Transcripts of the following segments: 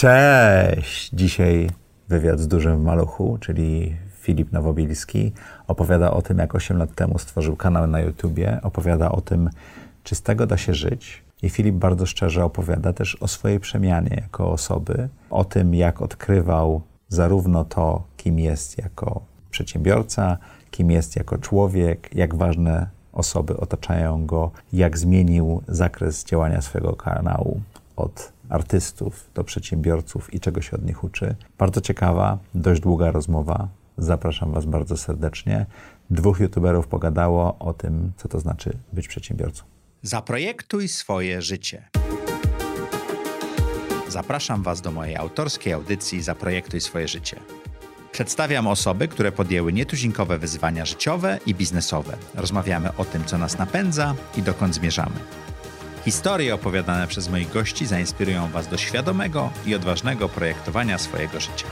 Cześć! Dzisiaj wywiad z dużym w maluchu, czyli Filip Nowobilski. Opowiada o tym, jak 8 lat temu stworzył kanał na YouTubie. Opowiada o tym, czy z tego da się żyć. I Filip bardzo szczerze opowiada też o swojej przemianie jako osoby. O tym, jak odkrywał zarówno to, kim jest jako przedsiębiorca, kim jest jako człowiek, jak ważne osoby otaczają go, jak zmienił zakres działania swojego kanału od artystów do przedsiębiorców i czego się od nich uczy. Bardzo ciekawa, dość długa rozmowa. Zapraszam Was bardzo serdecznie. 2 youtuberów pogadało o tym, co to znaczy być przedsiębiorcą. Zaprojektuj swoje życie. Zapraszam Was do mojej autorskiej audycji Zaprojektuj swoje życie. Przedstawiam osoby, które podjęły nietuzinkowe wyzwania życiowe i biznesowe. Rozmawiamy o tym, co nas napędza i dokąd zmierzamy. Historie opowiadane przez moich gości zainspirują Was do świadomego i odważnego projektowania swojego życia.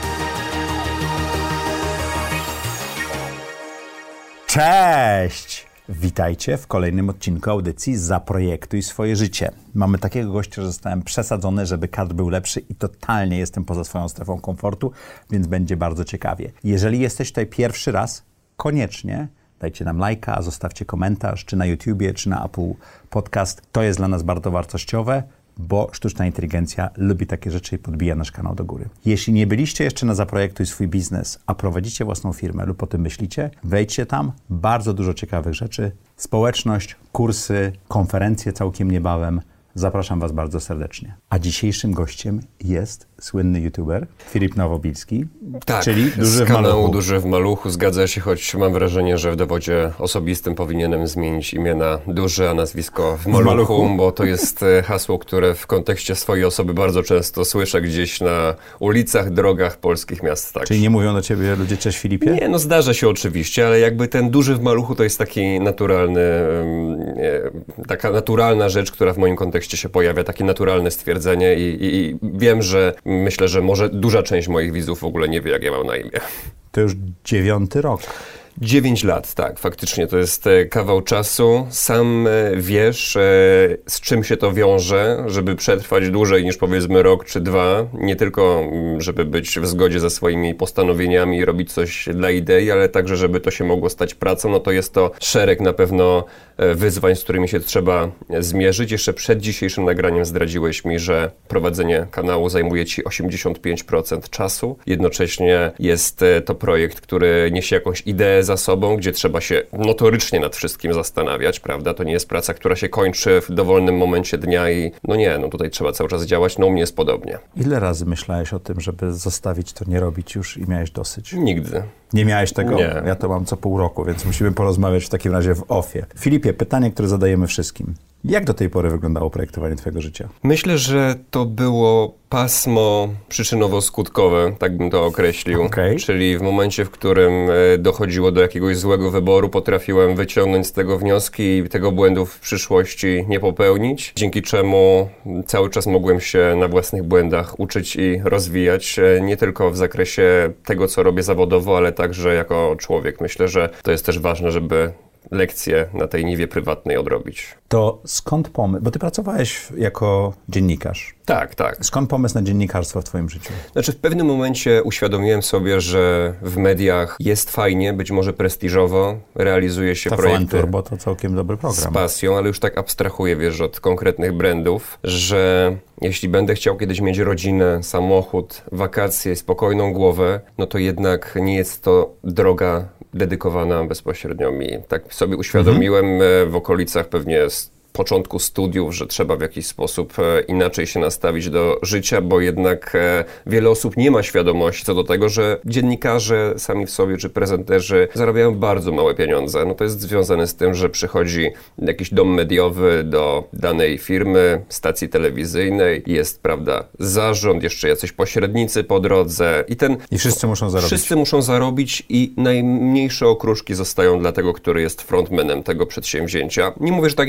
Cześć! Witajcie w kolejnym odcinku audycji Zaprojektuj swoje życie. Mamy takiego gościa, że zostałem przesadzony, żeby kadr był lepszy i totalnie jestem poza swoją strefą komfortu, więc będzie bardzo ciekawie. Jeżeli jesteś tutaj pierwszy raz, koniecznie dajcie nam lajka, zostawcie komentarz, czy na YouTubie, czy na Apple Podcast. To jest dla nas bardzo wartościowe, bo sztuczna inteligencja lubi takie rzeczy i podbija nasz kanał do góry. Jeśli nie byliście jeszcze na Zaprojektuj swój biznes, a prowadzicie własną firmę lub o tym myślicie, wejdźcie tam, bardzo dużo ciekawych rzeczy. Społeczność, kursy, konferencje całkiem niebawem. Zapraszam Was bardzo serdecznie. A dzisiejszym gościem jest słynny youtuber Filip Nowobilski, tak, czyli Duży z w kanału maluchu. Duży w maluchu, zgadza się, choć mam wrażenie, że w dowodzie osobistym powinienem zmienić imię na Duży, a nazwisko w maluchu, bo to jest hasło, które w kontekście swojej osoby bardzo często słyszę gdzieś na ulicach, drogach polskich miast. Tak. Czyli nie mówią do Ciebie ludzie cześć Filipie? Nie, no zdarza się oczywiście, ale jakby ten Duży w maluchu to jest taki naturalny, taka naturalna rzecz, która w moim kontekście się pojawia, takie naturalne stwierdzenie i wiem, że myślę, że może duża część moich widzów w ogóle nie wie, jak ja mam na imię. To już 9. rok. 9 lat, tak, faktycznie to jest kawał czasu. Sam wiesz, z czym się to wiąże, żeby przetrwać dłużej niż powiedzmy rok czy 2. Nie tylko, żeby być w zgodzie ze swoimi postanowieniami i robić coś dla idei, ale także, żeby to się mogło stać pracą. No to jest to szereg na pewno wyzwań, z którymi się trzeba zmierzyć. Jeszcze przed dzisiejszym nagraniem zdradziłeś mi, że prowadzenie kanału zajmuje Ci 85% czasu. Jednocześnie jest to projekt, który niesie jakąś ideę za sobą, gdzie trzeba się notorycznie nad wszystkim zastanawiać, prawda? To nie jest praca, która się kończy w dowolnym momencie dnia i tutaj trzeba cały czas działać. No u mnie jest podobnie. Ile razy myślałeś o tym, żeby zostawić to, nie robić już i miałeś dosyć? Nigdy. Nie miałeś tego? Nie. Ja to mam co pół roku, więc musimy porozmawiać w takim razie w offie. Filipie, pytanie, które zadajemy wszystkim. Jak do tej pory wyglądało projektowanie Twojego życia? Myślę, że to było pasmo przyczynowo-skutkowe, tak bym to określił. Okay. Czyli w momencie, w którym dochodziło do jakiegoś złego wyboru, potrafiłem wyciągnąć z tego wnioski i tego błędu w przyszłości nie popełnić, dzięki czemu cały czas mogłem się na własnych błędach uczyć i rozwijać, nie tylko w zakresie tego, co robię zawodowo, ale także jako człowiek. Myślę, że to jest też ważne, żeby lekcje na tej niwie prywatnej odrobić. To skąd pomysł? Bo Ty pracowałeś jako dziennikarz. Tak. Skąd pomysł na dziennikarstwo w Twoim życiu? Znaczy w pewnym momencie uświadomiłem sobie, że w mediach jest fajnie, być może prestiżowo, realizuje się projekty bo to całkiem dobry program. z pasją, ale już tak abstrahuję, wiesz, od konkretnych brandów, że jeśli będę chciał kiedyś mieć rodzinę, samochód, wakacje, spokojną głowę, no to jednak nie jest to droga dedykowana bezpośrednio mi. Tak sobie uświadomiłem w okolicach pewnie początku studiów, że trzeba w jakiś sposób inaczej się nastawić do życia, bo jednak wiele osób nie ma świadomości co do tego, że dziennikarze sami w sobie, czy prezenterzy zarabiają bardzo małe pieniądze. No to jest związane z tym, że przychodzi jakiś dom mediowy do danej firmy, stacji telewizyjnej, jest, prawda, zarząd, jeszcze jacyś pośrednicy po drodze i wszyscy muszą zarobić. Wszyscy muszą zarobić i najmniejsze okruszki zostają dla tego, który jest frontmanem tego przedsięwzięcia. Nie mówię, że tak jest zawsze.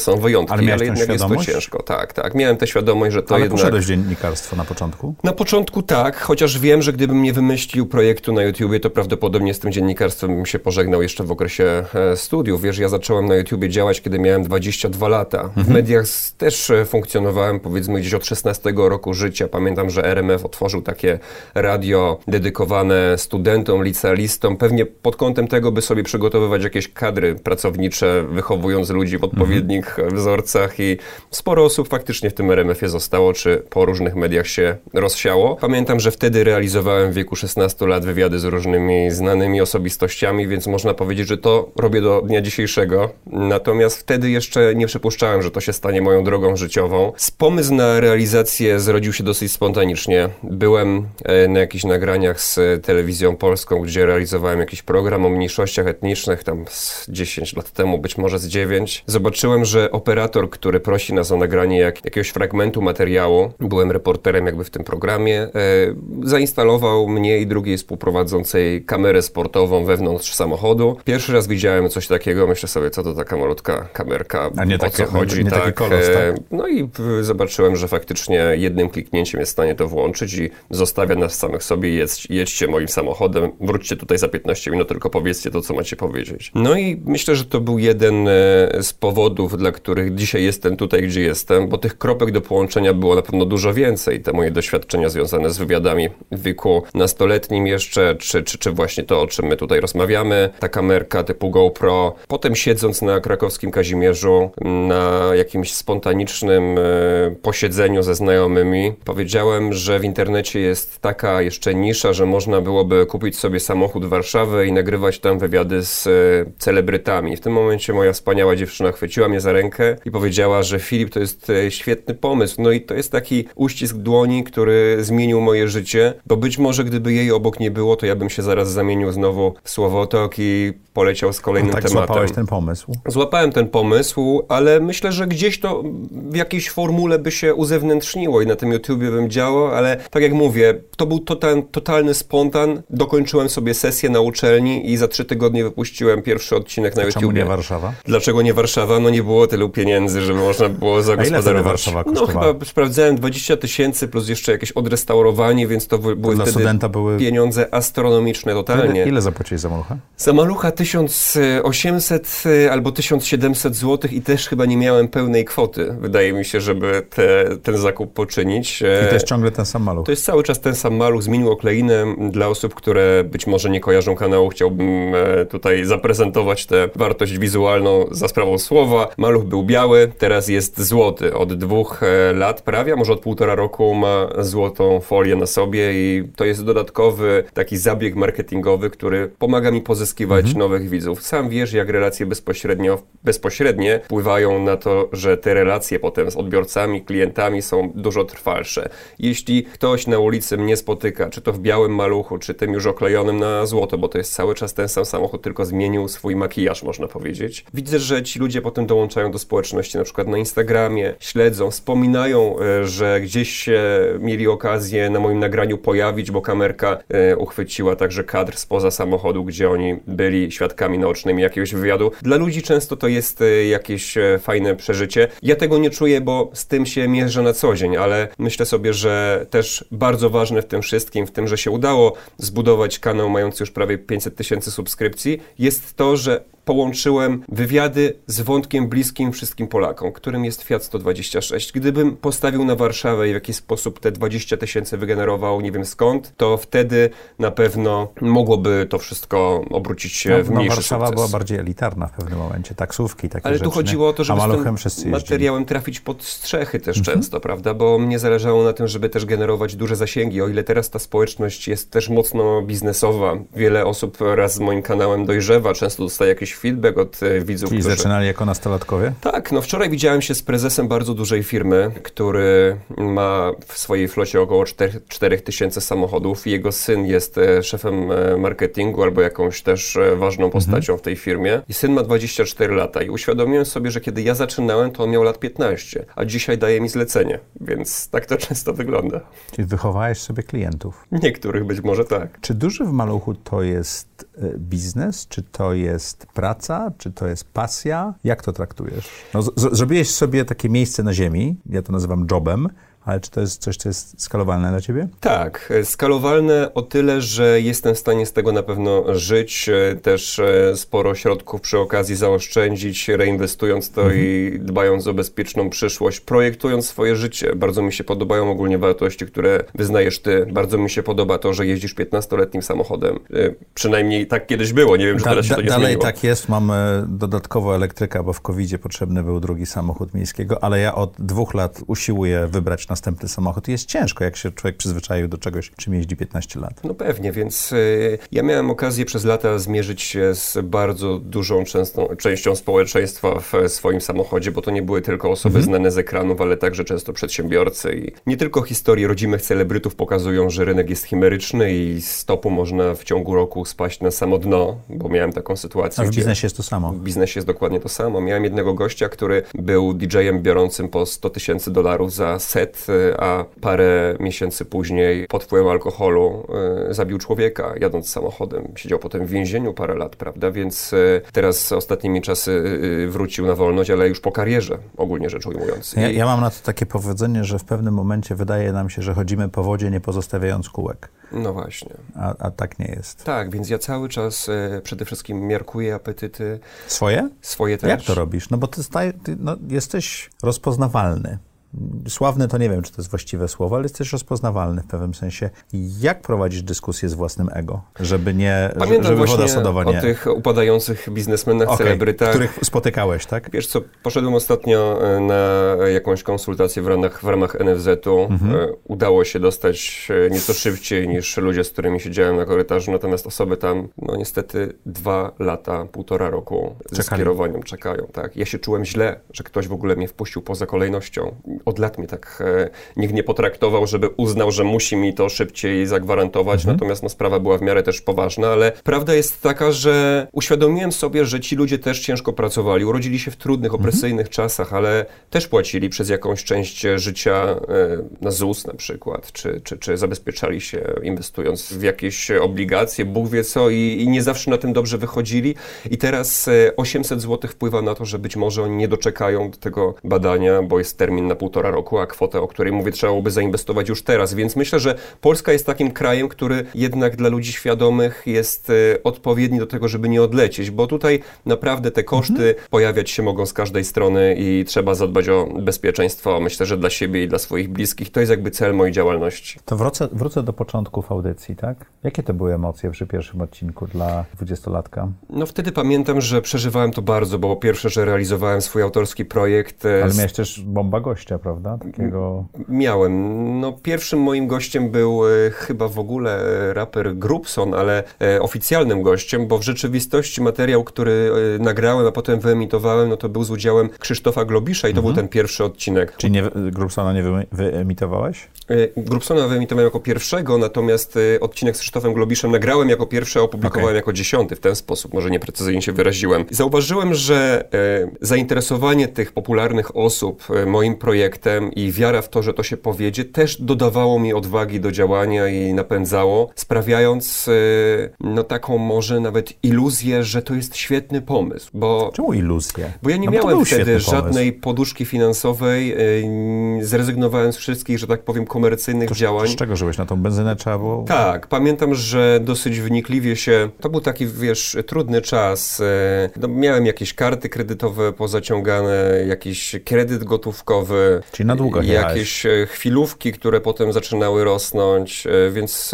są wyjątki, ale jednak jest to ciężko. Tak. Miałem tę świadomość, że to ale jednak... Ale poszedłeś dziennikarstwo na początku? Na początku tak, chociaż wiem, że gdybym nie wymyślił projektu na YouTubie, to prawdopodobnie z tym dziennikarstwem bym się pożegnał jeszcze w okresie studiów. Wiesz, ja zacząłem na YouTubie działać, kiedy miałem 22 lata. W mediach też funkcjonowałem, powiedzmy, gdzieś od 16 roku życia. Pamiętam, że RMF otworzył takie radio dedykowane studentom, licealistom, pewnie pod kątem tego, by sobie przygotowywać jakieś kadry pracownicze, wychowując ludzi w odpowiednich wzorcach i sporo osób faktycznie w tym RMF-ie zostało, czy po różnych mediach się rozsiało. Pamiętam, że wtedy realizowałem w wieku 16 lat wywiady z różnymi znanymi osobistościami, więc można powiedzieć, że to robię do dnia dzisiejszego. Natomiast wtedy jeszcze nie przypuszczałem, że to się stanie moją drogą życiową. Pomysł na realizację zrodził się dosyć spontanicznie. Byłem na jakichś nagraniach z Telewizją Polską, gdzie realizowałem jakiś program o mniejszościach etnicznych, tam z 10 lat temu, być może z 9. Zobaczyłem, że operator, który prosi nas o nagranie jakiegoś fragmentu materiału, byłem reporterem jakby w tym programie, zainstalował mnie i drugiej współprowadzącej kamerę sportową wewnątrz samochodu. Pierwszy raz widziałem coś takiego, myślę sobie, co to taka malutka kamerka, a nie o co chodzi. Nie taki kolos, tak? No i zobaczyłem, że faktycznie jednym kliknięciem jest w stanie to włączyć i zostawia nas samych sobie, jedźcie moim samochodem, wróćcie tutaj za 15 minut, tylko powiedzcie to, co macie powiedzieć. No i myślę, że to był jeden z powodów, dla których dzisiaj jestem tutaj, gdzie jestem, bo tych kropek do połączenia było na pewno dużo więcej. Te moje doświadczenia związane z wywiadami w wieku nastoletnim jeszcze, czy właśnie to, o czym my tutaj rozmawiamy, ta kamerka typu GoPro. Potem siedząc na krakowskim Kazimierzu, na jakimś spontanicznym posiedzeniu ze znajomymi, powiedziałem, że w internecie jest taka jeszcze nisza, że można byłoby kupić sobie samochód w Warszawie i nagrywać tam wywiady z celebrytami. W tym momencie moja wspaniała dziewczyna chwyciła mnie za rękę i powiedziała, że Filip, to jest świetny pomysł. No i to jest taki uścisk dłoni, który zmienił moje życie, bo być może gdyby jej obok nie było, to ja bym się zaraz zamienił znowu w słowotok i poleciał z kolejnym tematem. Złapałeś ten pomysł? Złapałem ten pomysł, ale myślę, że gdzieś to w jakiejś formule by się uzewnętrzniło i na tym YouTubie bym działał, ale tak jak mówię, to był totalny spontan. Dokończyłem sobie sesję na uczelni i za 3 tygodnie wypuściłem pierwszy odcinek na YouTubie. Czemu nie Warszawa? Dlaczego nie Warszawa? No nie było tylu pieniędzy, żeby można było zagospodarować. A ile Warszawa kosztowała? No chyba sprawdzałem 20 000 plus jeszcze jakieś odrestaurowanie, więc to były dla studenta były pieniądze astronomiczne totalnie. Ile zapłaciłeś za malucha? Za malucha 1800 albo 1700 zł i też chyba nie miałem pełnej kwoty, wydaje mi się, żeby ten zakup poczynić. I to jest ciągle ten sam maluch? To jest cały czas ten sam maluch, zmienił okleinę. Dla osób, które być może nie kojarzą kanału, chciałbym tutaj zaprezentować tę wartość wizualną za sprawą słowa. Maluch był biały, teraz jest złoty. Od 2 lat prawie, a może od 1,5 roku ma złotą folię na sobie i to jest dodatkowy taki zabieg marketingowy, który pomaga mi pozyskiwać nowych widzów. Sam wiesz, jak relacje bezpośrednie wpływają na to, że te relacje potem z odbiorcami, klientami są dużo trwalsze. Jeśli ktoś na ulicy mnie spotyka, czy to w białym maluchu, czy tym już oklejonym na złoto, bo to jest cały czas ten sam samochód, tylko zmienił swój makijaż, można powiedzieć. Widzę, że ci ludzie potem dołączają do społeczności, na przykład na Instagramie, śledzą, wspominają, że gdzieś mieli okazję na moim nagraniu pojawić, bo kamerka uchwyciła także kadr spoza samochodu, gdzie oni byli świadkami naocznymi jakiegoś wywiadu. Dla ludzi często to jest jakieś fajne przeżycie. Ja tego nie czuję, bo z tym się mierzę na co dzień, ale myślę sobie, że też bardzo ważne w tym wszystkim, w tym, że się udało zbudować kanał mający już prawie 500 000 subskrypcji, jest to, że połączyłem wywiady z wątkiem bliskim wszystkim Polakom, którym jest Fiat 126. Gdybym postawił na Warszawę i w jakiś sposób te 20 000 wygenerował, nie wiem skąd, to wtedy na pewno mogłoby to wszystko obrócić się w mniejszy Warszawa sukces. była bardziej elitarna w pewnym momencie, taksówki, takie Ale rzeczy. tu chodziło o to, żeby z tym materiałem trafić pod strzechy też często, prawda? Bo mnie zależało na tym, żeby też generować duże zasięgi. O ile teraz ta społeczność jest też mocno biznesowa, wiele osób wraz z moim kanałem dojrzewa, często dostaje jakieś feedback od widzów. Czyli zaczynali jako nastolatkowie? Tak, no wczoraj widziałem się z prezesem bardzo dużej firmy, który ma w swojej flocie około 4000 samochodów. Jego syn jest szefem marketingu albo jakąś też ważną postacią w tej firmie. I syn ma 24 lata i uświadomiłem sobie, że kiedy ja zaczynałem, to on miał lat 15, a dzisiaj daje mi zlecenie, więc tak to często wygląda. Czyli wychowałeś sobie klientów? Niektórych być może tak. Czy duży w maluchu to jest biznes? Czy to jest praca? Czy to jest pasja? Jak to traktujesz? pracujesz? No, zrobiłeś sobie takie miejsce na ziemi, ja to nazywam jobem, ale czy to jest coś, co jest skalowalne dla ciebie? Tak, skalowalne o tyle, że jestem w stanie z tego na pewno żyć, też sporo środków przy okazji zaoszczędzić, reinwestując to i dbając o bezpieczną przyszłość, projektując swoje życie. Bardzo mi się podobają ogólnie wartości, które wyznajesz ty. Bardzo mi się podoba to, że jeździsz 15-letnim samochodem. Przynajmniej tak kiedyś było, nie wiem, czy teraz się to nie dalej zmieniło. tak jest, mamy dodatkowo elektryka, bo w COVID-zie potrzebny był drugi samochód miejskiego, ale ja od 2 lat usiłuję wybrać następny samochód i jest ciężko, jak się człowiek przyzwyczaił do czegoś, czym jeździ 15 lat. No pewnie, więc ja miałem okazję przez lata zmierzyć się z bardzo dużą częścią społeczeństwa w swoim samochodzie, bo to nie były tylko osoby znane z ekranów, ale także często przedsiębiorcy. I nie tylko historie rodzimych celebrytów pokazują, że rynek jest chimeryczny i z topu można w ciągu roku spaść na samo dno, bo miałem taką sytuację. A w biznesie jest to samo? W biznesie jest dokładnie to samo. Miałem jednego gościa, który był DJ-em biorącym po $100,000 za set, a parę miesięcy później pod wpływem alkoholu zabił człowieka jadąc samochodem. Siedział potem w więzieniu parę lat, prawda? Więc teraz ostatnimi czasy wrócił na wolność, ale już po karierze, ogólnie rzecz ujmując. Ja mam na to takie powiedzenie, że w pewnym momencie wydaje nam się, że chodzimy po wodzie, nie pozostawiając kółek. No właśnie. A tak nie jest. Tak, więc ja cały czas przede wszystkim miarkuję apetyty. Swoje? Swoje też. Jak to robisz? No bo ty jesteś rozpoznawalny. Sławny to nie wiem, czy to jest właściwe słowo, ale jesteś rozpoznawalny w pewnym sensie. Jak prowadzisz dyskusję z własnym ego, żeby woda sodowa nie... o tych upadających biznesmenach, celebrytach. Których spotykałeś, tak? Wiesz co, poszedłem ostatnio na jakąś konsultację w ramach NFZ-u. Udało się dostać nieco szybciej niż ludzie, z którymi siedziałem na korytarzu, natomiast osoby tam, no niestety 2 lata, 1,5 roku ze skierowaniem czekają. Tak. Ja się czułem źle, że ktoś w ogóle mnie wpuścił poza kolejnością. Od lat mnie tak nikt nie potraktował, żeby uznał, że musi mi to szybciej zagwarantować, natomiast no, sprawa była w miarę też poważna, ale prawda jest taka, że uświadomiłem sobie, że ci ludzie też ciężko pracowali, urodzili się w trudnych, opresyjnych czasach, ale też płacili przez jakąś część życia na ZUS na przykład, czy zabezpieczali się inwestując w jakieś obligacje, Bóg wie co i nie zawsze na tym dobrze wychodzili i teraz 800 zł wpływa na to, że być może oni nie doczekają do tego badania, bo jest termin na 1,5 roku, a kwotę, o której mówię, trzeba byłoby zainwestować już teraz. Więc myślę, że Polska jest takim krajem, który jednak dla ludzi świadomych jest odpowiedni do tego, żeby nie odlecieć, bo tutaj naprawdę te koszty pojawiać się mogą z każdej strony i trzeba zadbać o bezpieczeństwo, myślę, że dla siebie i dla swoich bliskich. To jest jakby cel mojej działalności. To wrócę do początków audycji, tak? Jakie to były emocje przy pierwszym odcinku dla 20-latka? No wtedy pamiętam, że przeżywałem to bardzo, bo po pierwsze, że realizowałem swój autorski projekt. Ale miałeś też bomba gościa, prawda? Takiego... Miałem. No, pierwszym moim gościem był chyba w ogóle raper Grubson, ale oficjalnym gościem, bo w rzeczywistości materiał, który nagrałem, a potem wyemitowałem, no to był z udziałem Krzysztofa Globisza i to był ten pierwszy odcinek. Czyli Grubsona nie wyemitowałeś? Grubsona wyemitowałem jako pierwszego, natomiast odcinek z Krzysztofem Globiszem nagrałem jako pierwszy, a opublikowałem jako 10. W ten sposób, może nieprecyzyjnie się wyraziłem. Zauważyłem, że zainteresowanie tych popularnych osób moim projektem i wiara w to, że to się powiedzie, też dodawało mi odwagi do działania i napędzało, sprawiając no taką może nawet iluzję, że to jest świetny pomysł. Bo, czemu iluzję? Bo ja nie miałem wtedy żadnej poduszki finansowej, zrezygnowałem z wszystkich, że tak powiem, komercyjnych działań. Z czego żyłeś? Na tą benzynę trzeba było? Tak, pamiętam, że dosyć wnikliwie się, to był taki, wiesz, trudny czas. No, miałem jakieś karty kredytowe pozaciągane, jakiś kredyt gotówkowy. Czyli na długo jakieś chwilówki, które potem zaczynały rosnąć, więc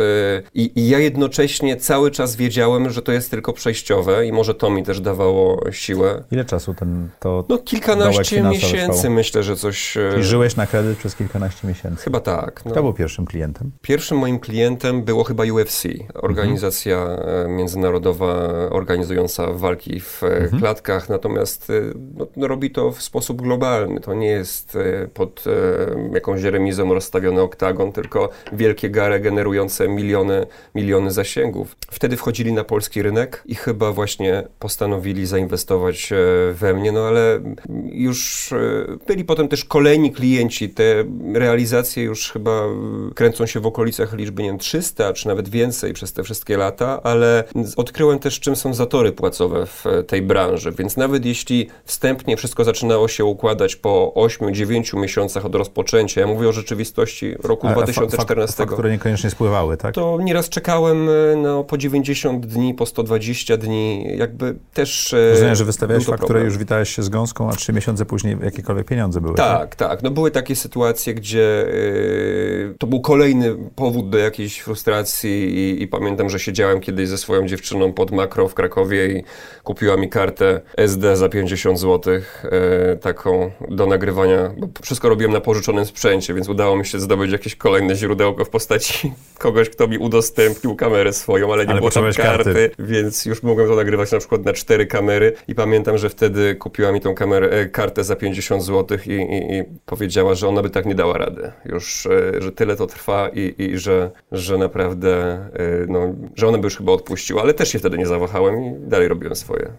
i ja jednocześnie cały czas wiedziałem, że to jest tylko przejściowe i może to mi też dawało siłę. Ile czasu to no kilkanaście miesięcy trwało? Myślę, że coś... Czyli żyłeś na kredyt przez kilkanaście miesięcy? Chyba tak. No. Kto był pierwszym klientem? Pierwszym moim klientem było chyba UFC, organizacja międzynarodowa organizująca walki w klatkach, natomiast no, robi to w sposób globalny. To nie jest pod jakąś remizą rozstawiony oktagon, tylko wielkie gale generujące miliony zasięgów. Wtedy wchodzili na polski rynek i chyba właśnie postanowili zainwestować we mnie, no ale już byli potem też kolejni klienci. Te realizacje już chyba kręcą się w okolicach liczby, nie wiem, 300 czy nawet więcej przez te wszystkie lata, ale odkryłem też, czym są zatory płacowe w tej branży, więc nawet jeśli wstępnie wszystko zaczynało się układać po 8-9 miesiącach od rozpoczęcia, ja mówię o rzeczywistości roku 2014. Faktury niekoniecznie spływały, tak? To nieraz czekałem po 90 dni, po 120 dni, jakby też... Rozumiem, że wystawiałeś fakturę, już witałeś się z gąską, a 3 miesiące później jakiekolwiek pieniądze były. Tak. No były takie sytuacje, gdzie to był kolejny powód do jakiejś frustracji i pamiętam, że siedziałem kiedyś ze swoją dziewczyną pod Makro w Krakowie i kupiła mi kartę SD za 50 zł, taką do nagrywania, bo wszystko robiłem na pożyczonym sprzęcie, więc udało mi się zdobyć jakieś kolejne źródełko w postaci kogoś, kto mi udostępnił kamerę swoją, ale nie było tam karty, więc już mogłem to nagrywać na przykład na 4 kamery i pamiętam, że wtedy kupiła mi tą kartę za 50 zł i powiedziała, że ona by tak nie dała rady. Już, że tyle to trwa i że naprawdę, że ona by już chyba odpuściła, ale też się wtedy nie zawahałem i dalej robiłem swoje.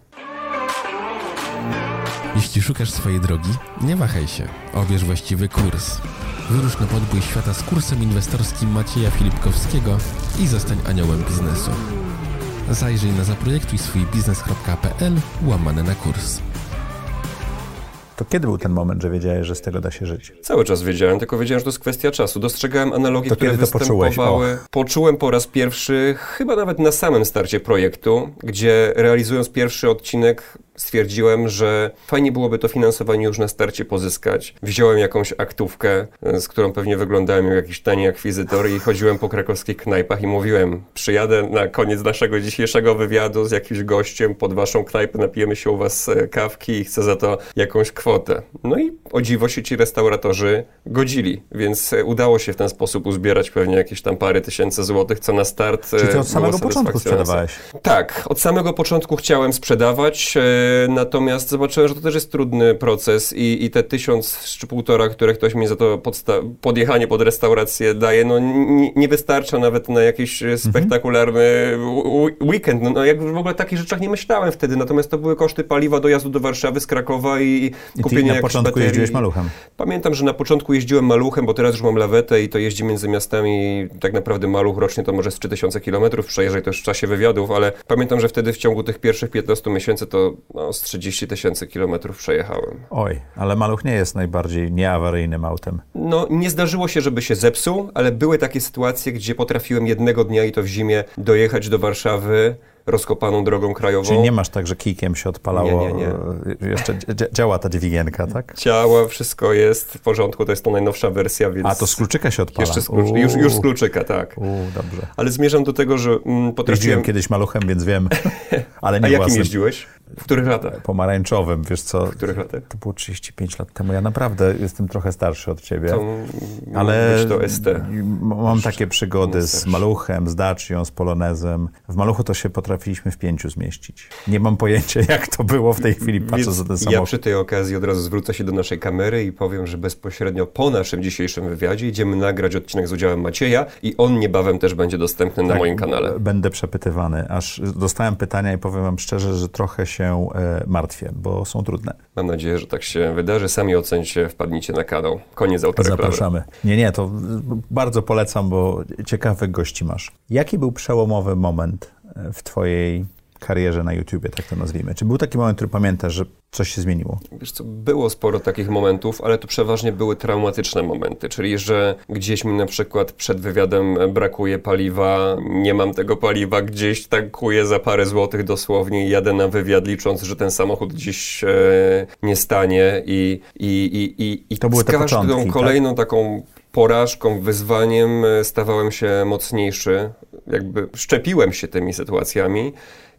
Jeśli szukasz swojej drogi, nie wahaj się. Obierz właściwy kurs. Wyrusz na podbój świata z kursem inwestorskim Macieja Filipkowskiego i zostań aniołem biznesu. Zajrzyj na zaprojektujswójbiznes.pl/kurs. To kiedy był ten moment, że wiedziałeś, że z tego da się żyć? Cały czas wiedziałem, tylko wiedziałem, że to jest kwestia czasu. Dostrzegałem analogie, które występowały. Poczułem po raz pierwszy, chyba nawet na samym starcie projektu, gdzie realizując pierwszy odcinek stwierdziłem, że fajnie byłoby to finansowanie już na starcie pozyskać. Wziąłem jakąś aktówkę, z którą pewnie wyglądałem jak jakiś tani akwizytor i chodziłem po krakowskich knajpach i mówiłem, przyjadę na koniec naszego dzisiejszego wywiadu z jakimś gościem pod waszą knajpę, napijemy się u was kawki i chcę za to jakąś kwotę. No i o dziwo się ci restauratorzy godzili, więc udało się w ten sposób uzbierać pewnie jakieś tam parę tysięcy złotych, co na start Czyli ty od samego początku sprzedawałeś? Tak, od samego początku chciałem sprzedawać, natomiast zobaczyłem, że to też jest trudny proces i te 1000 czy 1,5, które ktoś mi za to podjechanie pod restaurację daje, nie wystarcza nawet na jakiś spektakularny weekend. No jak w ogóle o takich rzeczach nie myślałem wtedy, natomiast to były koszty paliwa dojazdu do Warszawy z Krakowa i kupienie jakichś baterii. Na początku jeździłeś maluchem? Pamiętam, że na początku jeździłem maluchem, bo teraz już mam lawetę i to jeździ między miastami. Tak naprawdę maluch rocznie to może z 3000 km przejeżdżać też w czasie wywiadów, ale pamiętam, że wtedy w ciągu tych pierwszych 15 miesięcy to z 30 000 kilometrów przejechałem. Oj, ale maluch nie jest najbardziej nieawaryjnym autem. No, nie zdarzyło się, żeby się zepsuł, ale były takie sytuacje, gdzie potrafiłem jednego dnia i to w zimie dojechać do Warszawy rozkopaną drogą krajową. Czyli nie masz tak, że kijkiem się odpalało, nie. Jeszcze działa ta dźwigienka, tak? Działa, wszystko jest w porządku, to jest to najnowsza wersja, więc... A to z kluczyka się odpala? Jeszcze już z kluczyka, tak. Dobrze. Ale zmierzam do tego, że potrafiłem... Jeździłem kiedyś maluchem, więc wiem, ale nie A jakim własnym. Jeździłeś? W których latach? Pomarańczowym, wiesz co? W których latach? To było 35 lat temu. Ja naprawdę jestem trochę starszy od ciebie. Ale to ST. Mam takie przygody z maluchem, z Dacią, z Polonezem. W maluchu to się potrafiliśmy w 5 zmieścić. Nie mam pojęcia, jak to było w tej chwili, patrząc na ten samochód. Ja przy tej okazji od razu zwrócę się do naszej kamery i powiem, że bezpośrednio po naszym dzisiejszym wywiadzie idziemy nagrać odcinek z udziałem Macieja i on niebawem też będzie dostępny na moim kanale. Będę przepytywany, aż dostałem pytania i powiem wam szczerze, że trochę się martwię, bo są trudne. Mam nadzieję, że tak się wydarzy. Sami ocencie, wpadnijcie na kanał. Koniec autoreklamy. Zapraszamy. Nie, to bardzo polecam, bo ciekawych gości masz. Jaki był przełomowy moment w twojej karierze na YouTubie, tak to nazwijmy? Czy był taki moment, który pamiętasz, że coś się zmieniło? Wiesz co, było sporo takich momentów, ale to przeważnie były traumatyczne momenty, czyli że gdzieś mi na przykład przed wywiadem brakuje paliwa, nie mam tego paliwa, gdzieś tankuję za parę złotych dosłownie i jadę na wywiad, licząc, że ten samochód gdzieś nie stanie i to były z każdą początki, kolejną taką porażką, wyzwaniem stawałem się mocniejszy. jakby szczepiłem się tymi sytuacjami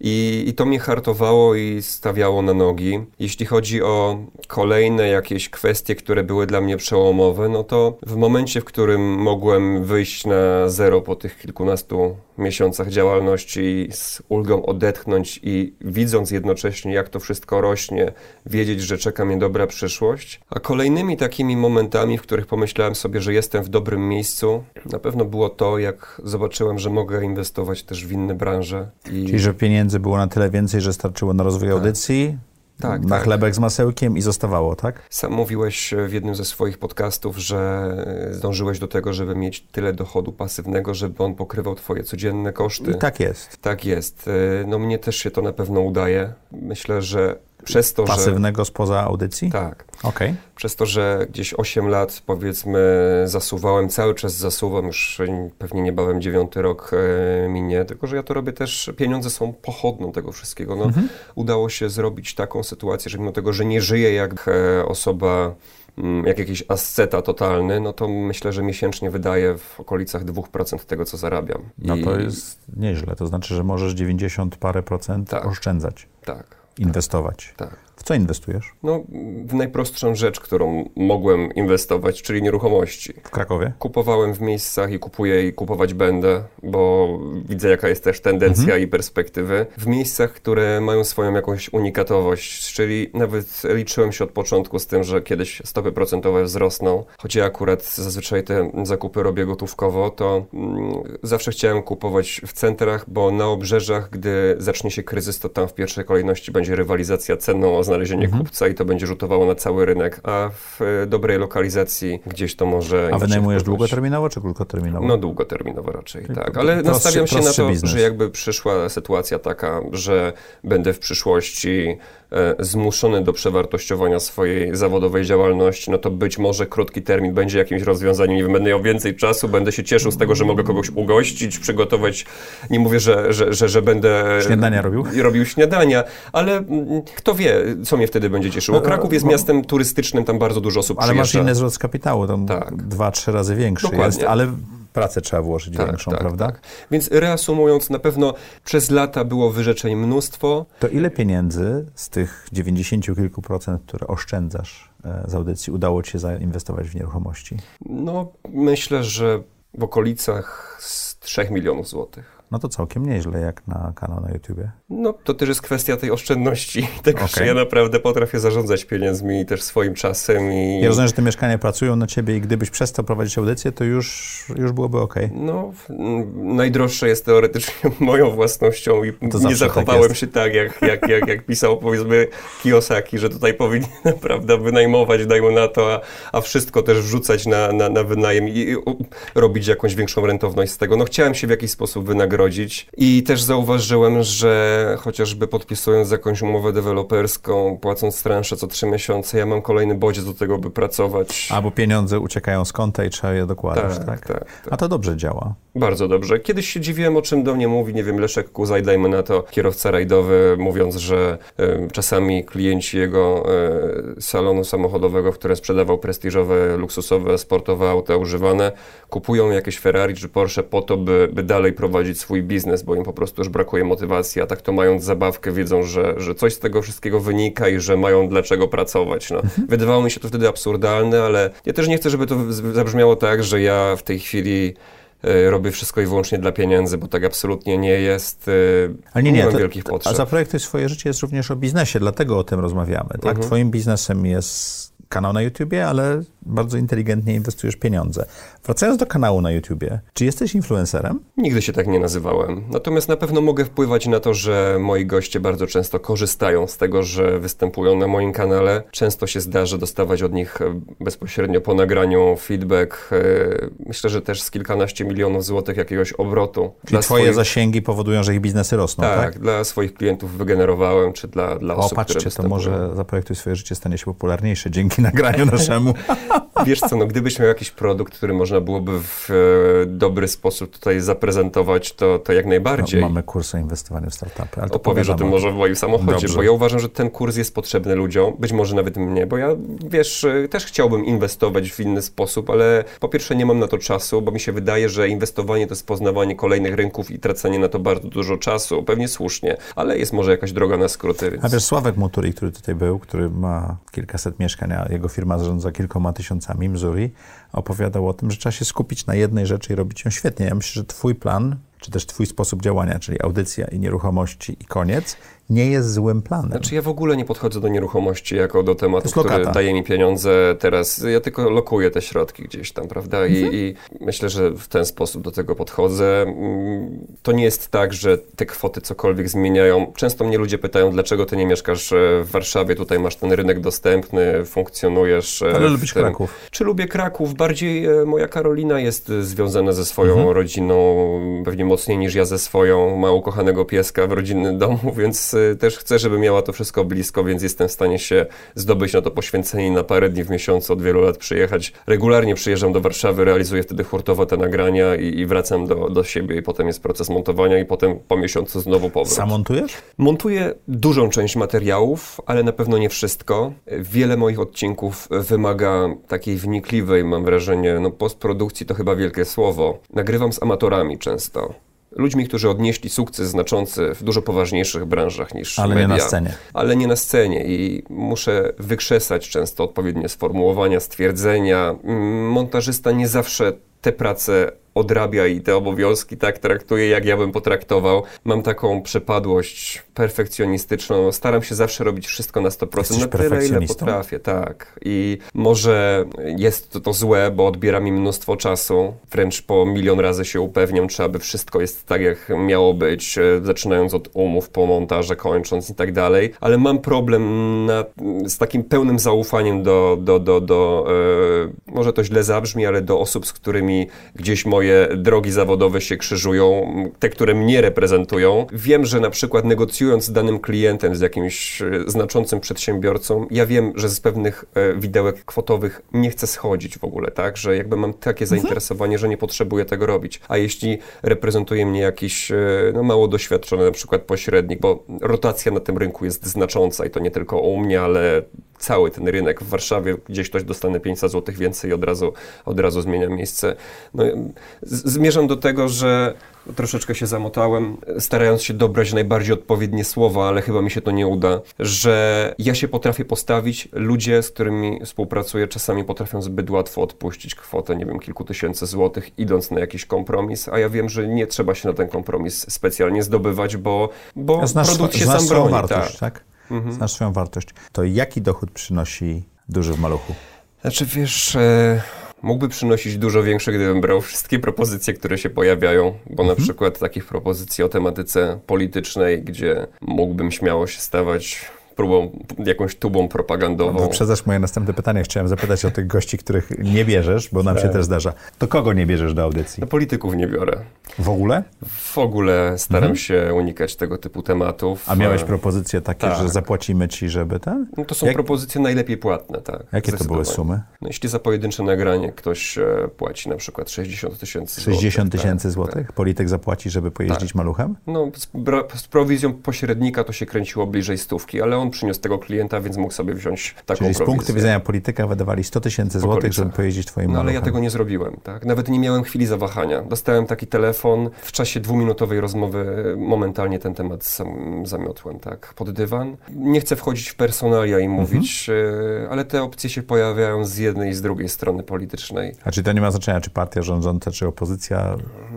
i to mnie hartowało i stawiało na nogi. Jeśli chodzi o kolejne jakieś kwestie, które były dla mnie przełomowe, no to w momencie, w którym mogłem wyjść na zero po tych kilkunastu miesiącach działalności, z ulgą odetchnąć i widząc jednocześnie, jak to wszystko rośnie, wiedzieć, że czeka mnie dobra przyszłość. A kolejnymi takimi momentami, w których pomyślałem sobie, że jestem w dobrym miejscu, na pewno było to, jak zobaczyłem, że mogę inwestować też w inne branże. Czyli, że pieniędzy było na tyle więcej, że starczyło na rozwój audycji, na chlebek z masełkiem i zostawało, tak? Sam mówiłeś w jednym ze swoich podcastów, że zdążyłeś do tego, żeby mieć tyle dochodu pasywnego, żeby on pokrywał twoje codzienne koszty. I tak jest. Tak jest. No mnie też się to na pewno udaje. Myślę, że przez to, pasywnego spoza audycji? Tak. Okay. Przez to, że gdzieś 8 lat, powiedzmy, zasuwałem, cały czas zasuwam, już pewnie niebawem 9 rok minie, tylko że ja to robię też, pieniądze są pochodną tego wszystkiego. No, udało się zrobić taką sytuację, że mimo tego, że nie żyję jak osoba, jak jakiś asceta totalny, no to myślę, że miesięcznie wydaję w okolicach 2% tego, co zarabiam. No to jest nieźle, to znaczy, że możesz 90 parę procent oszczędzać. Tak. Inwestować. Tak. W co inwestujesz? No, w najprostszą rzecz, którą mogłem inwestować, czyli nieruchomości. W Krakowie? Kupowałem w miejscach i kupuję i kupować będę, bo widzę, jaka jest też tendencja i perspektywy. W miejscach, które mają swoją jakąś unikatowość, czyli nawet liczyłem się od początku z tym, że kiedyś stopy procentowe wzrosną. Choć ja akurat zazwyczaj te zakupy robię gotówkowo, to zawsze chciałem kupować w centrach, bo na obrzeżach, gdy zacznie się kryzys, to tam w pierwszej kolejności będzie rywalizacja cenną o znalezienie kupca i to będzie rzutowało na cały rynek, a w dobrej lokalizacji gdzieś to może... A wynajmujesz długoterminowo czy krótkoterminowo? No długoterminowo raczej, tak. Ale nastawiam się na to, biznes. Że jakby przyszła sytuacja taka, że będę w przyszłości zmuszony do przewartościowania swojej zawodowej działalności, no to być może krótki termin będzie jakimś rozwiązaniem, nie wiem, będę miał więcej czasu, będę się cieszył z tego, że mogę kogoś ugościć, przygotować, nie mówię, że będę... Śniadania robił śniadania, ale kto wie, co mnie wtedy będzie cieszyło. Kraków jest miastem turystycznym, tam bardzo dużo osób przyjeżdża. Ale masz inny zwrot z kapitału, tam 2-3 razy większy jest, ale pracę trzeba włożyć większą, prawda? Tak. Więc reasumując, na pewno przez lata było wyrzeczeń mnóstwo. To ile pieniędzy z tych 90 kilku procent, które oszczędzasz z audycji, udało ci się zainwestować w nieruchomości? No, myślę, że w okolicach 3 milionów złotych. No to całkiem nieźle, jak na kanał na YouTubie. No, to też jest kwestia tej oszczędności. Tego, że ja naprawdę potrafię zarządzać pieniędzmi i też swoim czasem. Ja rozumiem, że te mieszkania pracują na ciebie i gdybyś przestał prowadzić audycję, to już byłoby okej. No, najdroższe jest teoretycznie moją własnością i nie zachowałem się tak, jak pisał, powiedzmy, Kiyosaki, że tutaj powinien naprawdę wynajmować, dajmy na to, a wszystko też wrzucać na wynajem i robić jakąś większą rentowność z tego. No, chciałem się w jakiś sposób wynagrodzić. I też zauważyłem, że chociażby podpisując jakąś umowę deweloperską, płacąc transzę co 3 miesiące, ja mam kolejny bodziec do tego, by pracować. Bo pieniądze uciekają z konta i trzeba je dokładać, tak? A to dobrze działa. Bardzo dobrze. Kiedyś się dziwiłem, o czym do mnie mówi, nie wiem, Leszek Kuzaj, dajmy na to, kierowca rajdowy, mówiąc, że czasami klienci jego salonu samochodowego, w którym sprzedawał prestiżowe, luksusowe, sportowe auta używane, kupują jakieś Ferrari czy Porsche po to, by dalej prowadzić swój biznes, bo im po prostu już brakuje motywacji, a tak to mając zabawkę wiedzą, że coś z tego wszystkiego wynika i że mają dlaczego pracować. No. Wydawało mi się to wtedy absurdalne, ale ja też nie chcę, żeby to zabrzmiało tak, że ja w tej chwili robię wszystko i wyłącznie dla pieniędzy, bo tak absolutnie nie jest. Ale nie mam wielkich potrzeb. A Zaprojektuj swoje życie jest również o biznesie, dlatego o tym rozmawiamy. Tak? Twoim biznesem jest kanał na YouTubie, ale bardzo inteligentnie inwestujesz pieniądze. Wracając do kanału na YouTubie, czy jesteś influencerem? Nigdy się tak nie nazywałem. Natomiast na pewno mogę wpływać na to, że moi goście bardzo często korzystają z tego, że występują na moim kanale. Często się zdarzy dostawać od nich bezpośrednio po nagraniu feedback. Myślę, że też z kilkanaście milionów złotych jakiegoś obrotu. Czyli twoje zasięgi powodują, że ich biznesy rosną, tak? Tak, dla swoich klientów wygenerowałem, czy dla osób, patrzcie, które występują. to może Zaprojektuj swoje życie stanie się popularniejsze dzięki nagraniu naszemu. Wiesz co, no gdybyś miał jakiś produkt, który można byłoby w dobry sposób tutaj zaprezentować, to jak najbardziej. No, mamy kurs o inwestowaniu w startupy. Ale opowiesz o tym może w moim samochodzie, Dobrze. bo ja uważam, że ten kurs jest potrzebny ludziom, być może nawet mnie, bo ja, wiesz, też chciałbym inwestować w inny sposób, ale po pierwsze nie mam na to czasu, bo mi się wydaje, że inwestowanie to jest poznawanie kolejnych rynków i tracenie na to bardzo dużo czasu, pewnie słusznie, ale jest może jakaś droga na skróty. Więc... A wiesz, Sławek Muturi, który tutaj był, który ma kilkaset mieszkań, a jego firma zarządza kilkoma tysiącami, Missouri, opowiadał o tym, że trzeba się skupić na jednej rzeczy i robić ją świetnie. Ja myślę, że twój plan, czy też twój sposób działania, czyli audycja i nieruchomości i koniec, nie jest złym planem. Znaczy ja w ogóle nie podchodzę do nieruchomości jako do tematu, który daje mi pieniądze teraz. Ja tylko lokuję te środki gdzieś tam, prawda? I myślę, że w ten sposób do tego podchodzę. To nie jest tak, że te kwoty cokolwiek zmieniają. Często mnie ludzie pytają, dlaczego ty nie mieszkasz w Warszawie, tutaj masz ten rynek dostępny, funkcjoujesz. Ale lubisz Kraków. Czy lubię Kraków? Bardziej moja Karolina jest związana ze swoją rodziną, pewnie mocniej niż ja ze swoją. Ma ukochanego pieska w rodzinnym domu, więc też chcę, żeby miała to wszystko blisko, więc jestem w stanie się zdobyć na to poświęcenie na parę dni w miesiącu, od wielu lat przyjechać. Regularnie przyjeżdżam do Warszawy, realizuję wtedy hurtowo te nagrania i wracam do siebie i potem jest proces montowania i potem po miesiącu znowu powrót. Sam montujesz? Montuję dużą część materiałów, ale na pewno nie wszystko. Wiele moich odcinków wymaga takiej wnikliwej, mam wrażenie, postprodukcji to chyba wielkie słowo. Nagrywam z amatorami często. Ludźmi, którzy odnieśli sukces znaczący w dużo poważniejszych branżach niż media. Ale nie na scenie. Ale nie na scenie i muszę wykrzesać często odpowiednie sformułowania, stwierdzenia. Montażysta nie zawsze te prace odrabia i te obowiązki tak traktuje, jak ja bym potraktował. Mam taką przypadłość perfekcjonistyczną. Staram się zawsze robić wszystko na 100%. Jesteś na tyle, ile potrafię, tak. I może jest to złe, bo odbiera mi mnóstwo czasu. Wręcz po milion razy się upewniam, czy aby wszystko jest tak, jak miało być, zaczynając od umów, po montaże, kończąc i tak dalej. Ale mam problem z takim pełnym zaufaniem do może to źle zabrzmi, ale do osób, z którymi gdzieś moje drogi zawodowe się krzyżują, te, które mnie reprezentują. Wiem, że na przykład negocjując z danym klientem, z jakimś znaczącym przedsiębiorcą, ja wiem, że z pewnych widełek kwotowych nie chcę schodzić w ogóle, tak? Że jakby mam takie zainteresowanie, że nie potrzebuję tego robić. A jeśli reprezentuje mnie jakiś mało doświadczony na przykład pośrednik, bo rotacja na tym rynku jest znacząca i to nie tylko u mnie, ale cały ten rynek w Warszawie, gdzieś ktoś dostanę 500 zł więcej i od razu zmienia miejsce. Zmierzam do tego, że troszeczkę się zamotałem, starając się dobrać najbardziej odpowiednie słowa, ale chyba mi się to nie uda, że ja się potrafię postawić, ludzie, z którymi współpracuję, czasami potrafią zbyt łatwo odpuścić kwotę, nie wiem, kilku tysięcy złotych, idąc na jakiś kompromis, a ja wiem, że nie trzeba się na ten kompromis specjalnie zdobywać, bo produkt się sam broni. Wartość, tak? Znasz swoją wartość. To jaki dochód przynosi duży w maluchu? Znaczy, wiesz... Mógłby przynosić dużo większe, gdybym brał wszystkie propozycje, które się pojawiają, bo na przykład takich propozycji o tematyce politycznej, gdzie mógłbym śmiało się stawać jakąś tubą propagandową. Wyprzedzasz moje następne pytanie. Chciałem zapytać o tych gości, których nie bierzesz, bo nam się też zdarza. To kogo nie bierzesz do audycji? No, polityków nie biorę. W ogóle? W ogóle staram się unikać tego typu tematów. A miałeś propozycje takie, że zapłacimy ci, żeby ten? No to są propozycje najlepiej płatne, tak. Jakie to były sumy? No, jeśli za pojedyncze nagranie ktoś płaci na przykład 60 tysięcy złotych. 60 tysięcy złotych? Tak. Polityk zapłaci, żeby pojeździć maluchem? No, z prowizją pośrednika to się kręciło bliżej 100, ale on przyniósł tego klienta, więc mógł sobie wziąć taką prowizję. Czyli z punktu widzenia polityka wydawali 100 tysięcy złotych, żeby pojeździć twoim maluchem. Ale ja tego nie zrobiłem, tak? Nawet nie miałem chwili zawahania. Dostałem taki telefon, w czasie 2-minutowej rozmowy momentalnie ten temat zamiotłem, tak? Pod dywan. Nie chcę wchodzić w personalia i mówić, ale te opcje się pojawiają z jednej i z drugiej strony politycznej. A czy to nie ma znaczenia, czy partia rządząca, czy opozycja?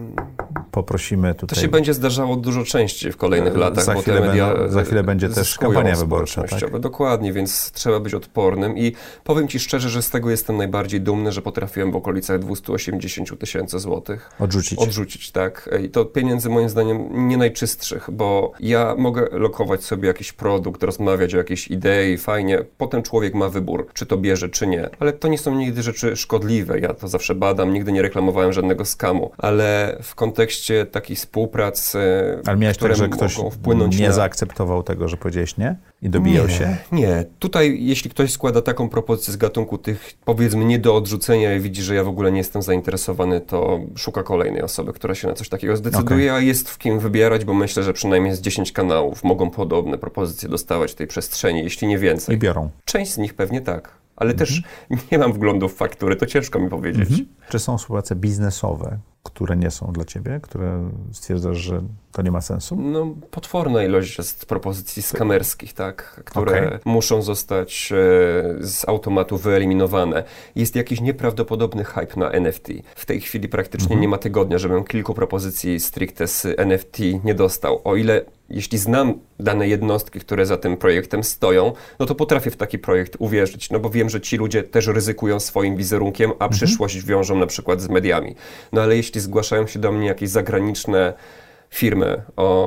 Poprosimy tutaj... To się będzie zdarzało dużo częściej w kolejnych latach, bo te media za chwilę będzie też kampania wyborcza. Tak? Dokładnie, więc trzeba być odpornym i powiem ci szczerze, że z tego jestem najbardziej dumny, że potrafiłem w okolicach 280 tysięcy złotych odrzucić, tak. I to pieniędzy moim zdaniem nie najczystszych, bo ja mogę lokować sobie jakiś produkt, rozmawiać o jakiejś idei, fajnie, potem człowiek ma wybór, czy to bierze, czy nie, ale to nie są nigdy rzeczy szkodliwe, ja to zawsze badam, nigdy nie reklamowałem żadnego skamu, ale w kontekście kontekście takich współprac, Ale miałeś które tak, że ktoś mogą wpłynąć nie na... zaakceptował tego, że powiedziałeś nie i dobijał się? Nie. Tutaj jeśli ktoś składa taką propozycję z gatunku tych, powiedzmy, nie do odrzucenia i widzi, że ja w ogóle nie jestem zainteresowany, to szuka kolejnej osoby, która się na coś takiego zdecyduje, a jest w kim wybierać, bo myślę, że przynajmniej z 10 kanałów mogą podobne propozycje dostawać w tej przestrzeni, jeśli nie więcej. I biorą. Część z nich pewnie tak, ale też nie mam wglądu w faktury, to ciężko mi powiedzieć. Czy są współprace biznesowe, które nie są dla ciebie, które stwierdzasz, że to nie ma sensu? No, potworna ilość jest propozycji skamerskich, tak, które muszą zostać z automatu wyeliminowane. Jest jakiś nieprawdopodobny hype na NFT. W tej chwili praktycznie nie ma tygodnia, żebym kilku propozycji stricte z NFT nie dostał. O ile, jeśli znam dane jednostki, które za tym projektem stoją, no to potrafię w taki projekt uwierzyć, no bo wiem, że ci ludzie też ryzykują swoim wizerunkiem, a przyszłość wiążą na przykład z mediami. No ale jeśli zgłaszają się do mnie jakieś zagraniczne firmy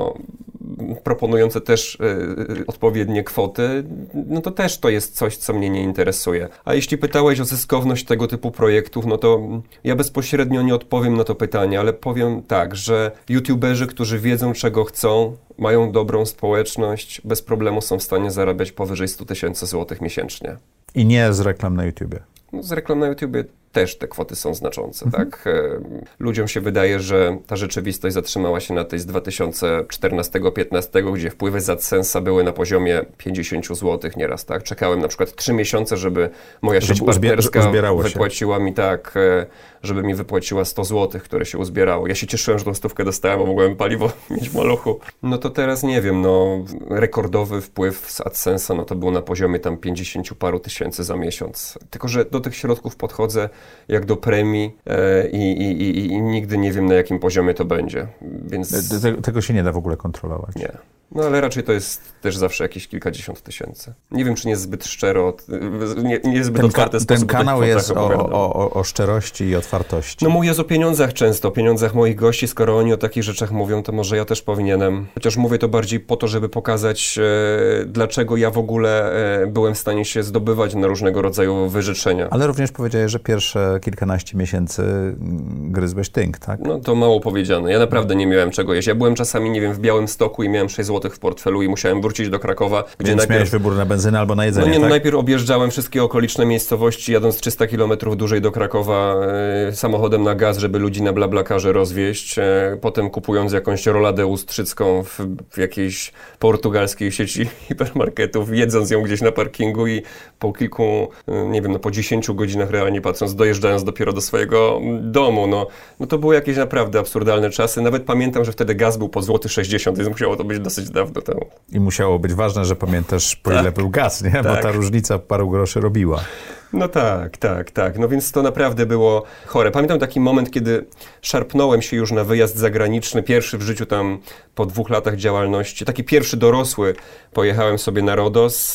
proponujące też odpowiednie kwoty, no to też to jest coś, co mnie nie interesuje. A jeśli pytałeś o zyskowność tego typu projektów, no to ja bezpośrednio nie odpowiem na to pytanie, ale powiem tak, że youtuberzy, którzy wiedzą, czego chcą, mają dobrą społeczność, bez problemu są w stanie zarabiać powyżej 100 000 złotych miesięcznie. I nie z reklam na YouTubie. No, z reklam na YouTubie też te kwoty są znaczące, tak? Ludziom się wydaje, że ta rzeczywistość zatrzymała się na tej z 2014-15, gdzie wpływy z AdSense'a były na poziomie 50 zł nieraz, tak? Czekałem na przykład 3 miesiące, żeby moja sieć partnerska wypłaciła mi tak, żeby mi wypłaciła 100 zł, które się uzbierało. Ja się cieszyłem, że tą stówkę dostałem, bo mogłem paliwo mieć w maluchu. No to teraz nie wiem, no rekordowy wpływ z AdSense'a, no to było na poziomie tam 50 paru tysięcy za miesiąc. Tylko że do tych środków podchodzę jak do premii i nigdy nie wiem, na jakim poziomie to będzie. Więc... Tego się nie da w ogóle kontrolować. Nie. No ale raczej to jest też zawsze jakieś kilkadziesiąt tysięcy. Nie wiem, czy nie jest zbyt szczero, nie zbyt otwarty sposób. Ten kanał jest o szczerości i otwartości. No mówię o pieniądzach często, o pieniądzach moich gości. Skoro oni o takich rzeczach mówią, to może ja też powinienem. Chociaż mówię to bardziej po to, żeby pokazać, dlaczego ja w ogóle byłem w stanie się zdobywać na różnego rodzaju wyrzeczenia. Ale również powiedziałeś, że pierwsze kilkanaście miesięcy gryzłeś tynk, tak? No to mało powiedziane. Ja naprawdę nie miałem czego jeść. Ja byłem czasami, nie wiem, w Białymstoku i miałem 6 zł w portfelu i musiałem wrócić do Krakowa, gdzie najpierw miałeś wybór na benzynę albo na jedzenie, no nie, tak? Najpierw objeżdżałem wszystkie okoliczne miejscowości, jadąc 300 km dłużej do Krakowa samochodem na gaz, żeby ludzi na BlaBlaCarze rozwieźć. Potem kupując jakąś roladę ustrzycką w jakiejś portugalskiej sieci hipermarketów, jedząc ją gdzieś na parkingu i po kilku, nie wiem, no po 10 godzinach realnie patrząc, dojeżdżając dopiero do swojego domu. No to były jakieś naprawdę absurdalne czasy. Nawet pamiętam, że wtedy gaz był po złoty 60, więc musiało to być dosyć dawno temu. I musiało być ważne, że pamiętasz, po ile był gaz, nie? Bo ta różnica paru groszy robiła. No tak. No więc to naprawdę było chore. Pamiętam taki moment, kiedy szarpnąłem się już na wyjazd zagraniczny, pierwszy w życiu tam po 2 latach działalności, taki pierwszy dorosły. Pojechałem sobie na Rodos,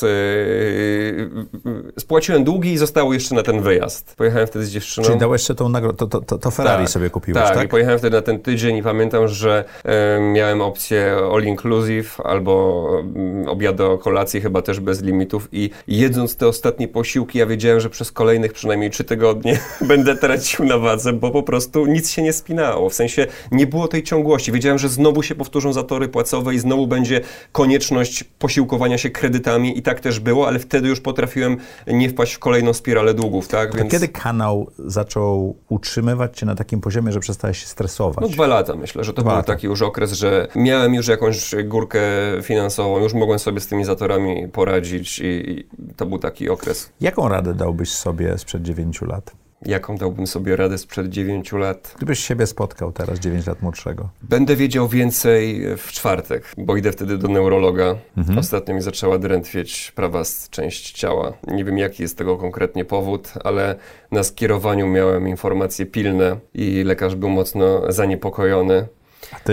spłaciłem długi i zostało jeszcze na ten wyjazd. Pojechałem wtedy z dziewczyną. Czyli dałeś jeszcze tą nagrodę, to Ferrari sobie kupiłeś, tak? Tak, i pojechałem wtedy na ten tydzień i pamiętam, że miałem opcję all inclusive albo obiady, kolację chyba też bez limitów i jedząc te ostatnie posiłki, ja wiedziałem, że przez kolejnych przynajmniej 3 tygodnie będę tracił na wadze, bo po prostu nic się nie spinało. W sensie nie było tej ciągłości. Wiedziałem, że znowu się powtórzą zatory płacowe i znowu będzie konieczność posiłkowania się kredytami i tak też było, ale wtedy już potrafiłem nie wpaść w kolejną spiralę długów, tak? Więc... Kiedy kanał zaczął utrzymywać cię na takim poziomie, że przestałeś się stresować? No 2 lata myślę, że to był taki już okres, że miałem już jakąś górkę finansową, już mogłem sobie z tymi zatorami poradzić i to był taki okres. Jaką radę dałbyś sobie sprzed 9 lat? Jaką dałbym sobie radę sprzed 9 lat? Gdybyś siebie spotkał teraz, 9 lat młodszego. Będę wiedział więcej w czwartek, bo idę wtedy do neurologa. Ostatnio mi zaczęła drętwieć prawa część ciała. Nie wiem, jaki jest tego konkretnie powód, ale na skierowaniu miałem informacje pilne i lekarz był mocno zaniepokojony. A ty?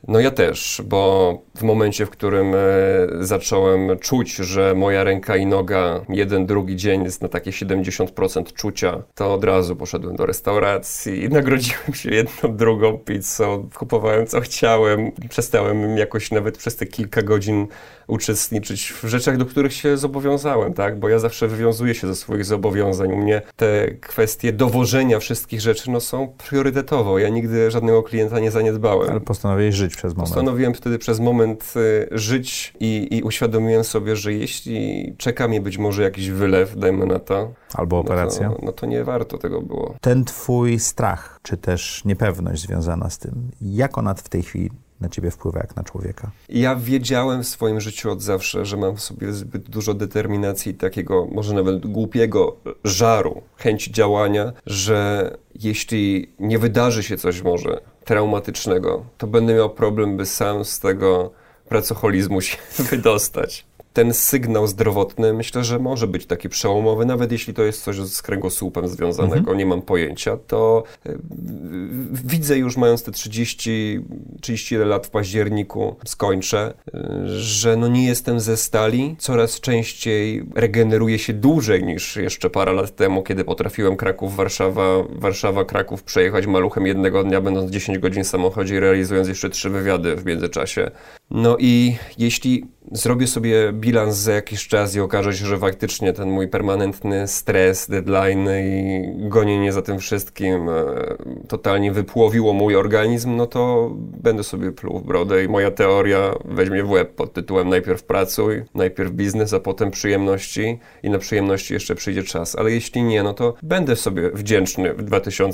No ja też, bo w momencie, w którym zacząłem czuć, że moja ręka i noga jeden, drugi dzień jest na takie 70% czucia, to od razu poszedłem do restauracji, nagrodziłem się jedną, drugą pizzą, kupowałem co chciałem, przestałem jakoś nawet przez te kilka godzin uczestniczyć w rzeczach, do których się zobowiązałem, tak? Bo ja zawsze wywiązuję się ze swoich zobowiązań. U mnie te kwestie dowożenia wszystkich rzeczy są priorytetowo. Ja nigdy żadnego klienta nie zaniedbałem. Ale postanowiłeś żyć przez moment. Postanowiłem wtedy przez moment żyć i uświadomiłem sobie, że jeśli czeka mnie być może jakiś wylew, dajmy na to, albo operacja, no to nie warto tego było. Ten twój strach, czy też niepewność związana z tym, jak ona w tej chwili na ciebie wpływa jak na człowieka? Ja wiedziałem w swoim życiu od zawsze, że mam w sobie zbyt dużo determinacji, takiego może nawet głupiego żaru, chęci działania, że jeśli nie wydarzy się coś może traumatycznego, to będę miał problem, by sam z tego pracoholizmu się wydostać. Ten sygnał zdrowotny myślę, że może być taki przełomowy, nawet jeśli to jest coś z kręgosłupem związanego, nie mam pojęcia, to widzę już mając te 30 lat w październiku, skończę, że no nie jestem ze stali, coraz częściej regeneruję się dłużej niż jeszcze parę lat temu, kiedy potrafiłem Warszawa-Kraków przejechać maluchem jednego dnia, będąc 10 godzin w samochodzie i realizując jeszcze 3 wywiady w międzyczasie. No i jeśli zrobię sobie bilans za jakiś czas i okaże się, że faktycznie ten mój permanentny stres, deadline i gonienie za tym wszystkim totalnie wypłowiło mój organizm, no to będę sobie pluł w brodę i moja teoria weźmie w łeb pod tytułem najpierw pracuj, najpierw biznes, a potem przyjemności i na przyjemności jeszcze przyjdzie czas. Ale jeśli nie, no to będę sobie wdzięczny w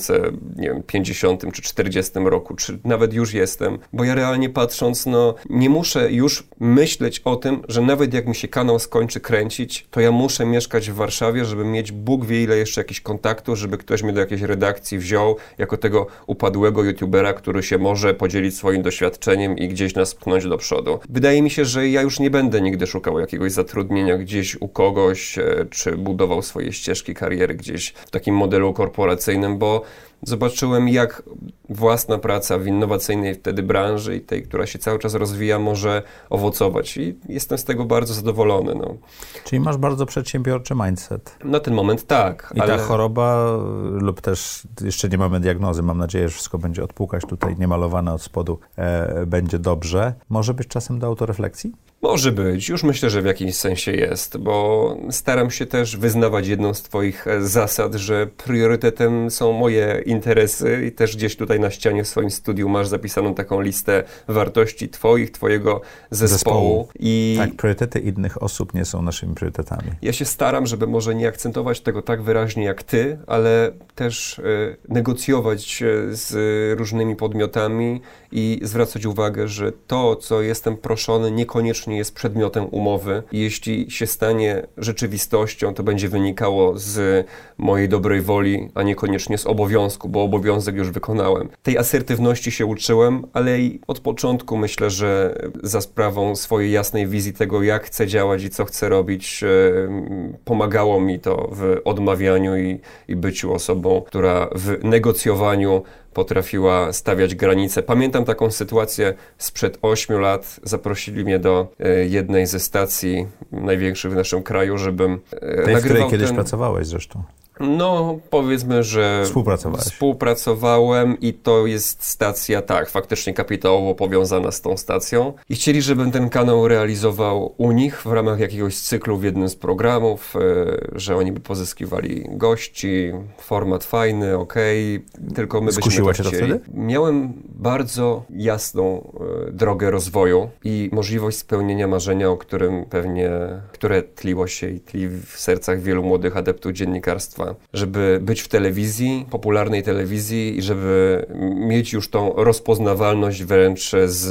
2050 czy 40 roku, czy nawet już jestem, bo ja realnie patrząc, no nie muszę już myśleć o tym, że nawet jak mi się kanał skończy kręcić, to ja muszę mieszkać w Warszawie, żeby mieć Bóg wie ile jeszcze jakichś kontaktów, żeby ktoś mnie do jakiejś redakcji wziął jako tego upadłego youtubera, który się może podzielić swoim doświadczeniem i gdzieś nas pchnąć do przodu. Wydaje mi się, że ja już nie będę nigdy szukał jakiegoś zatrudnienia gdzieś u kogoś, czy budował swoje ścieżki kariery gdzieś w takim modelu korporacyjnym, bo zobaczyłem, jak własna praca w innowacyjnej wtedy branży i tej, która się cały czas rozwija, może owocować. I jestem z tego bardzo zadowolony. No. Czyli masz bardzo przedsiębiorczy mindset. Na ten moment tak. I ta choroba, lub też jeszcze nie mamy diagnozy, mam nadzieję, że wszystko będzie odpłukać tutaj niemalowane od spodu, będzie dobrze. Może być czasem do autorefleksji? Może być. Już myślę, że w jakimś sensie jest, bo staram się też wyznawać jedną z twoich zasad, że priorytetem są moje interesy i też gdzieś tutaj na ścianie w swoim studiu masz zapisaną taką listę wartości twojego zespołu. Tak, priorytety innych osób nie są naszymi priorytetami. Ja się staram, żeby może nie akcentować tego tak wyraźnie jak ty, ale też negocjować z różnymi podmiotami i zwracać uwagę, że to, co jestem proszony, niekoniecznie jest przedmiotem umowy. I jeśli się stanie rzeczywistością, to będzie wynikało z mojej dobrej woli, a niekoniecznie z obowiązku, bo obowiązek już wykonałem. Tej asertywności się uczyłem, ale i od początku myślę, że za sprawą swojej jasnej wizji tego, jak chcę działać i co chcę robić, pomagało mi to w odmawianiu i byciu osobą, która w negocjowaniu potrafiła stawiać granice. Pamiętam taką sytuację sprzed 8 lat. Zaprosili mnie do jednej ze stacji największych w naszym kraju, żebym tej, w której kiedyś pracowałeś zresztą. No, powiedzmy, że współpracowałem i to jest stacja, tak, faktycznie kapitałowo powiązana z tą stacją. I chcieli, żebym ten kanał realizował u nich w ramach jakiegoś cyklu w jednym z programów, że oni by pozyskiwali gości, format fajny, okej, tylko my byśmy Skusiło się to wtedy? Miałem bardzo jasną drogę rozwoju i możliwość spełnienia marzenia, o którym które tliło się i tli w sercach wielu młodych adeptów dziennikarstwa. Żeby być w telewizji, popularnej telewizji i żeby mieć już tą rozpoznawalność wręcz z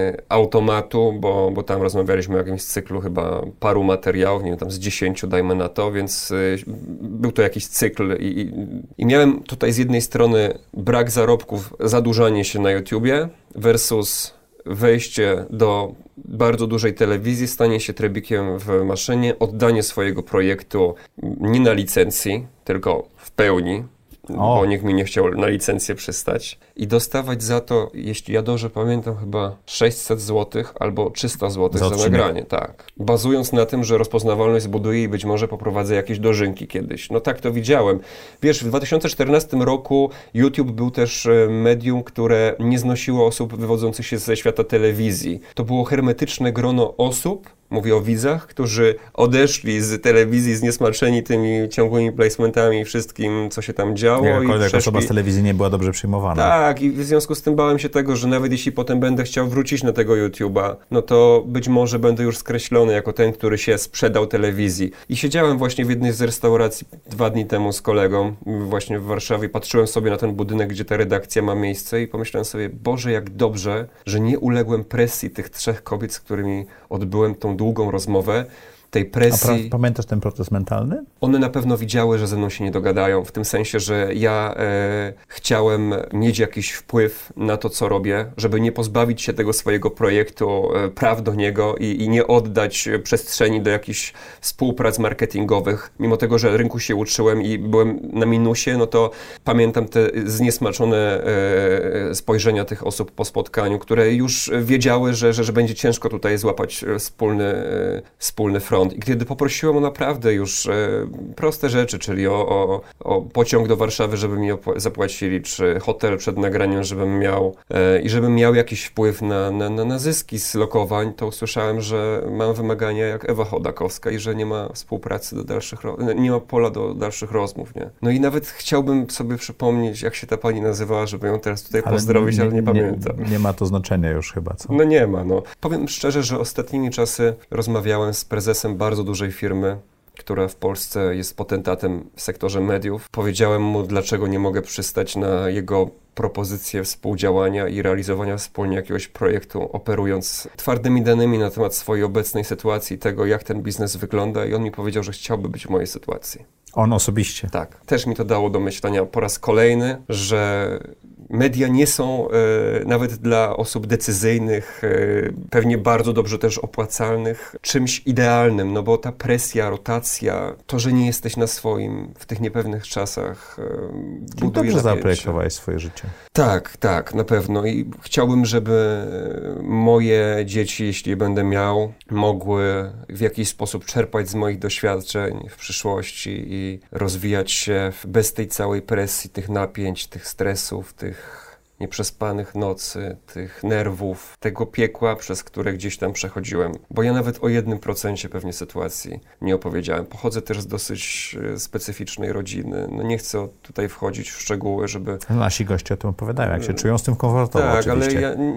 automatu, bo tam rozmawialiśmy o jakimś cyklu chyba paru materiałów, nie wiem, tam z 10 dajmy na to, więc był to jakiś cykl i miałem tutaj z jednej strony brak zarobków, zadłużanie się na YouTubie versus wejście do bardzo dużej telewizji, stanie się trybikiem w maszynie, oddanie swojego projektu nie na licencji, tylko w pełni bo nikt mi nie chciał na licencję przystać. I dostawać za to, jeśli ja dobrze pamiętam, chyba 600 zł albo 300 zł za nagranie. Tak. Bazując na tym, że rozpoznawalność zbuduję i być może poprowadzę jakieś dożynki kiedyś. No tak to widziałem. Wiesz, w 2014 roku YouTube był też medium, które nie znosiło osób wywodzących się ze świata telewizji. To było hermetyczne grono osób, mówię o widzach, którzy odeszli z telewizji zniesmaczeni tymi ciągłymi placementami i wszystkim, co się tam działo. Jakakolwiek osoba z telewizji nie była dobrze przyjmowana. Tak, i w związku z tym bałem się tego, że nawet jeśli potem będę chciał wrócić na tego YouTube'a, no to być może będę już skreślony jako ten, który się sprzedał telewizji. I siedziałem właśnie w jednej z restauracji 2 dni temu z kolegą, właśnie w Warszawie, patrzyłem sobie na ten budynek, gdzie ta redakcja ma miejsce i pomyślałem sobie, Boże, jak dobrze, że nie uległem presji tych 3 kobiet, z którymi odbyłem tą długą rozmowę, tej presji. A pamiętasz ten proces mentalny? One na pewno widziały, że ze mną się nie dogadają, w tym sensie, że ja chciałem mieć jakiś wpływ na to, co robię, żeby nie pozbawić się tego swojego projektu, praw do niego i nie oddać przestrzeni do jakichś współprac marketingowych. Mimo tego, że rynku się uczyłem i byłem na minusie, no to pamiętam te zniesmaczone spojrzenia tych osób po spotkaniu, które już wiedziały, że będzie ciężko tutaj złapać wspólny front. I kiedy poprosiłem o naprawdę już proste rzeczy, czyli o pociąg do Warszawy, żeby mi zapłacili, czy hotel przed nagraniem, żebym miał i żebym miał jakiś wpływ na zyski z lokowań, to usłyszałem, że mam wymagania jak Ewa Chodakowska i że nie ma współpracy nie ma pola do dalszych rozmów, nie? No i nawet chciałbym sobie przypomnieć, jak się ta pani nazywała, żeby ją teraz tutaj pozdrowić, ale nie pamiętam. Nie ma to znaczenia już chyba, co? No nie ma, no. Powiem szczerze, że ostatnimi czasy rozmawiałem z prezesem bardzo dużej firmy, która w Polsce jest potentatem w sektorze mediów. Powiedziałem mu, dlaczego nie mogę przystać na jego propozycję współdziałania i realizowania wspólnie jakiegoś projektu, operując twardymi danymi na temat swojej obecnej sytuacji, tego, jak ten biznes wygląda, i on mi powiedział, że chciałby być w mojej sytuacji. On osobiście? Tak. Też mi to dało do myślenia po raz kolejny, że media nie są nawet dla osób decyzyjnych, pewnie bardzo dobrze też opłacalnych, czymś idealnym, no bo ta presja, rotacja, to, że nie jesteś na swoim w tych niepewnych czasach, buduje dobrze napięcie. zaprojektowałeś swoje życie. Tak, na pewno. I chciałbym, żeby moje dzieci, jeśli je będę miał, mogły w jakiś sposób czerpać z moich doświadczeń w przyszłości i rozwijać się bez tej całej presji, tych napięć, tych stresów, tych nieprzespanych nocy, tych nerwów, tego piekła, przez które gdzieś tam przechodziłem. Bo ja nawet o 1% pewnie sytuacji nie opowiedziałem. Pochodzę też z dosyć specyficznej rodziny. No nie chcę tutaj wchodzić w szczegóły, żeby... Nasi goście o tym opowiadają, jak się czują z tym komfortowo. Tak, oczywiście. ale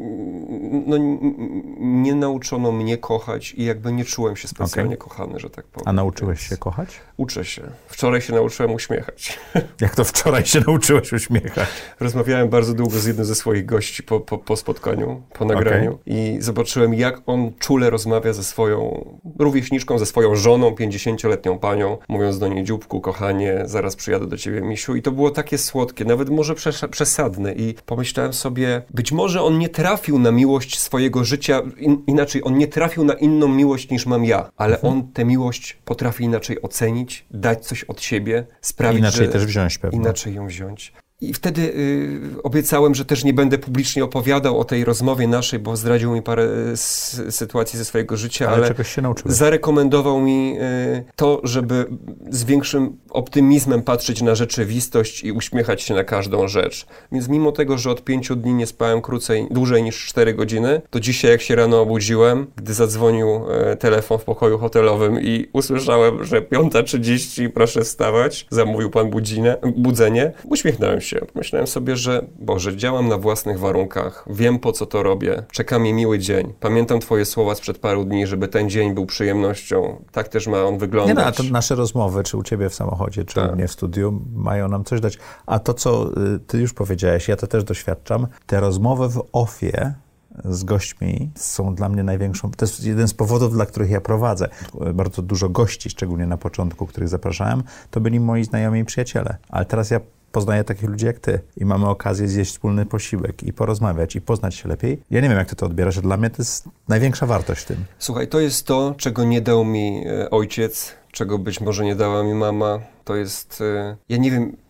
nie nauczono mnie kochać i jakby nie czułem się specjalnie kochany, że tak powiem. A nauczyłeś się kochać? Uczę się. Wczoraj się nauczyłem uśmiechać. Jak to wczoraj się nauczyłeś uśmiechać? Rozmawiałem bardzo długo z jednym ze swoich gości po spotkaniu, po nagraniu i zobaczyłem, jak on czule rozmawia ze swoją rówieśniczką, ze swoją żoną, 50-letnią panią, mówiąc do niej: dzióbku, kochanie, zaraz przyjadę do ciebie, misiu. I to było takie słodkie, nawet może przesadne. I pomyślałem sobie, być może on nie trafił na miłość swojego życia, inaczej, on nie trafił na inną miłość niż mam ja, ale on tę miłość potrafi inaczej ocenić, dać coś od siebie, sprawić, inaczej też wziąć pewnie. Inaczej ją wziąć. I wtedy obiecałem, że też nie będę publicznie opowiadał o tej rozmowie naszej, bo zdradził mi parę sytuacji ze swojego życia, ale czegoś się nauczyłeś. Zarekomendował mi to, żeby z większym optymizmem patrzeć na rzeczywistość i uśmiechać się na każdą rzecz. Więc mimo tego, że od 5 dni nie spałem dłużej niż 4 godziny, to dzisiaj, jak się rano obudziłem, gdy zadzwonił telefon w pokoju hotelowym i usłyszałem, że 5:30, proszę wstawać, zamówił pan budzenie, uśmiechnąłem się. Myślałem sobie, że Boże, działam na własnych warunkach, wiem, po co to robię, czeka mnie miły dzień. Pamiętam twoje słowa sprzed paru dni, żeby ten dzień był przyjemnością. Tak też ma on wyglądać. Nie, no, a to nasze rozmowy, czy u ciebie w samochodzie, czy u mnie w studiu, mają nam coś dać. A to, co ty już powiedziałeś, ja to też doświadczam, te rozmowy w offie z gośćmi są dla mnie największą... To jest jeden z powodów, dla których ja prowadzę. Bardzo dużo gości, szczególnie na początku, których zapraszałem, to byli moi znajomi i przyjaciele. Ale teraz ja poznaję takich ludzi jak ty i mamy okazję zjeść wspólny posiłek i porozmawiać i poznać się lepiej. Ja nie wiem, jak ty to odbierasz, a dla mnie to jest największa wartość w tym. Słuchaj, to jest to, czego nie dał mi ojciec, czego być może nie dała mi mama. To jest... Ja nie wiem,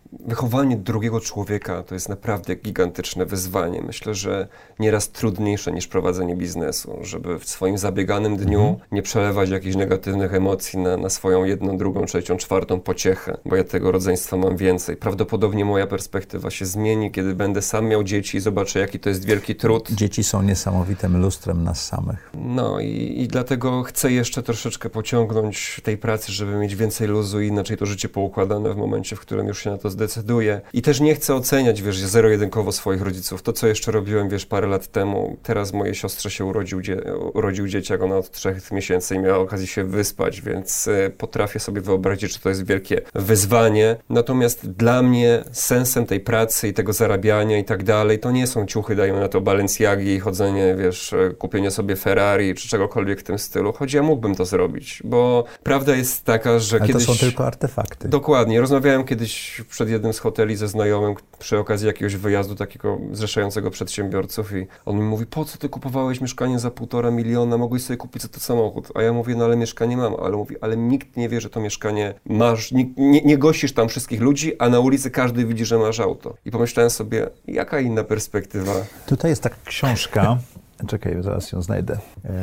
wychowanie drugiego człowieka to jest naprawdę gigantyczne wyzwanie. Myślę, że nieraz trudniejsze niż prowadzenie biznesu, żeby w swoim zabieganym dniu nie przelewać jakichś negatywnych emocji na swoją jedną, drugą, trzecią, czwartą pociechę, bo ja tego rodzeństwa mam więcej. Prawdopodobnie moja perspektywa się zmieni, kiedy będę sam miał dzieci i zobaczę, jaki to jest wielki trud. Dzieci są niesamowitym lustrem nas samych. No i dlatego chcę jeszcze troszeczkę pociągnąć tej pracy, żeby mieć więcej luzu i inaczej to życie poukładane w momencie, w którym już się na to zdecyduję. I też nie chcę oceniać, wiesz, zero-jedynkowo swoich rodziców. To, co jeszcze robiłem, wiesz, parę lat temu, teraz mojej siostrze się urodził dzieciak, ona od 3 miesięcy i miała okazję się wyspać, więc potrafię sobie wyobrazić, że to jest wielkie wyzwanie. Natomiast dla mnie sensem tej pracy i tego zarabiania i tak dalej, to nie są ciuchy, dajmy na to Balenciagi i chodzenie, wiesz, kupienie sobie Ferrari czy czegokolwiek w tym stylu. Choć ja mógłbym to zrobić, bo prawda jest taka, że ale kiedyś... to są tylko artefakty. Dokładnie. Rozmawiałem kiedyś przed jednym z hoteli ze znajomym przy okazji jakiegoś wyjazdu takiego zrzeszającego przedsiębiorców i on mi mówi, po co ty kupowałeś mieszkanie za 1,5 miliona, mogłeś sobie kupić za to samochód. A ja mówię, no ale mieszkanie mam, ale mówi, ale nikt nie wie, że to mieszkanie masz, nie gościsz tam wszystkich ludzi, a na ulicy każdy widzi, że masz auto. I pomyślałem sobie, jaka inna perspektywa. Tutaj jest taka książka, czekaj, zaraz ją znajdę,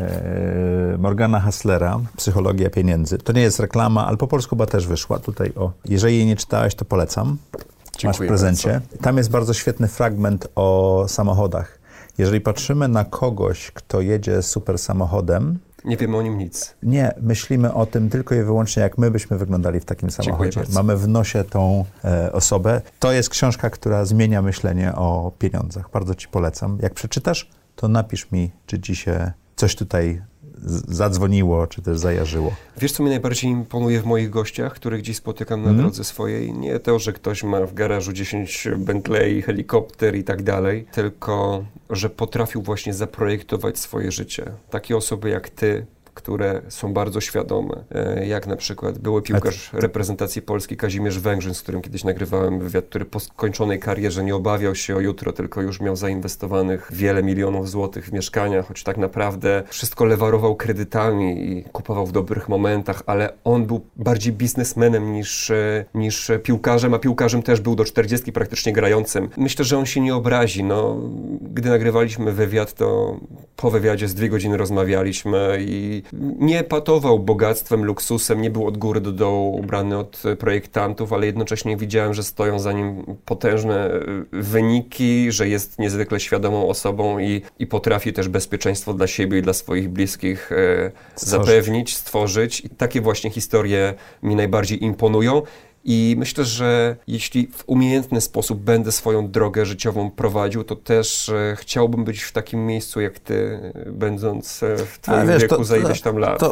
Morgana Hasslera, Psychologia pieniędzy. To nie jest reklama, ale po polsku chyba też wyszła. Tutaj jeżeli jej nie czytałeś, to polecam. Masz w prezencie. Bardzo. Tam jest bardzo świetny fragment o samochodach. Jeżeli patrzymy na kogoś, kto jedzie super samochodem, nie wiemy o nim nic. Nie, myślimy o tym tylko i wyłącznie, jak my byśmy wyglądali w takim samochodzie. Mamy w nosie tą osobę. To jest książka, która zmienia myślenie o pieniądzach. Bardzo ci polecam. Jak przeczytasz, to napisz mi, czy ci się coś tutaj zadzwoniło, czy też zajarzyło. Wiesz, co mnie najbardziej imponuje w moich gościach, których gdzieś spotykam na drodze swojej? Nie to, że ktoś ma w garażu 10 Bentley, helikopter i tak dalej, tylko, że potrafił właśnie zaprojektować swoje życie. Takie osoby jak ty, które są bardzo świadome, jak na przykład były piłkarz reprezentacji Polski Kazimierz Węgrzyn, z którym kiedyś nagrywałem wywiad, który po skończonej karierze nie obawiał się o jutro, tylko już miał zainwestowanych wiele milionów złotych w mieszkania, choć tak naprawdę wszystko lewarował kredytami i kupował w dobrych momentach, ale on był bardziej biznesmenem niż piłkarzem, a piłkarzem też był do 40 praktycznie grającym. Myślę, że on się nie obrazi. No, gdy nagrywaliśmy wywiad, to po wywiadzie z 2 godziny rozmawialiśmy i nie patował bogactwem, luksusem, nie był od góry do dołu ubrany od projektantów, ale jednocześnie widziałem, że stoją za nim potężne wyniki, że jest niezwykle świadomą osobą i potrafi też bezpieczeństwo dla siebie i dla swoich bliskich zapewnić, stworzyć. I takie właśnie historie mi najbardziej imponują. I myślę, że jeśli w umiejętny sposób będę swoją drogę życiową prowadził, to też chciałbym być w takim miejscu jak ty, będąc w twoim wieku za ileś tam lat.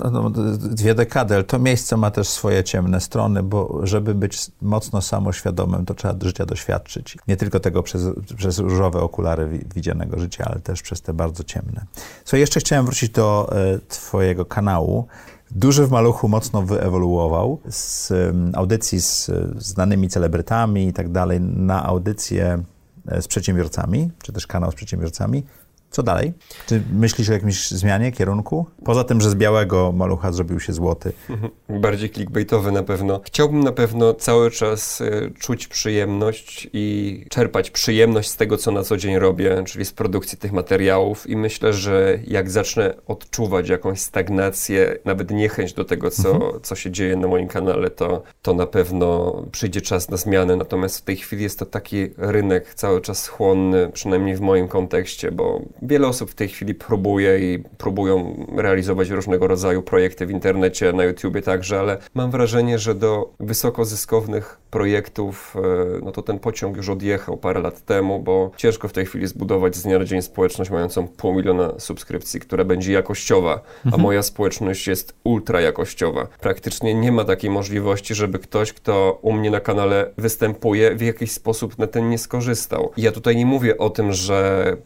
2 dekady, ale to miejsce ma też swoje ciemne strony, bo żeby być mocno samoświadomym, to trzeba życia doświadczyć. Nie tylko tego przez różowe okulary widzianego życia, ale też przez te bardzo ciemne. Słuchaj, jeszcze chciałem wrócić do twojego kanału. Duży w Maluchu mocno wyewoluował z audycji z znanymi celebrytami i tak dalej na audycję z przedsiębiorcami, czy też kanał z przedsiębiorcami. Co dalej? Czy myślisz o jakimś zmianie kierunku? Poza tym, że z białego malucha zrobił się złoty. Bardziej clickbaitowy na pewno. Chciałbym na pewno cały czas czuć przyjemność i czerpać przyjemność z tego, co na co dzień robię, czyli z produkcji tych materiałów i myślę, że jak zacznę odczuwać jakąś stagnację, nawet niechęć do tego, co się dzieje na moim kanale, to na pewno przyjdzie czas na zmianę. Natomiast w tej chwili jest to taki rynek cały czas chłonny, przynajmniej w moim kontekście, bo wiele osób w tej chwili próbuje i próbują realizować różnego rodzaju projekty w internecie, na YouTubie także, ale mam wrażenie, że do wysokozyskownych projektów, no to ten pociąg już odjechał parę lat temu, bo ciężko w tej chwili zbudować z dnia na dzień społeczność mającą 500 000 subskrypcji, która będzie jakościowa, a moja społeczność jest ultra jakościowa. Praktycznie nie ma takiej możliwości, żeby ktoś, kto u mnie na kanale występuje, w jakiś sposób na tym nie skorzystał. I ja tutaj nie mówię o tym, że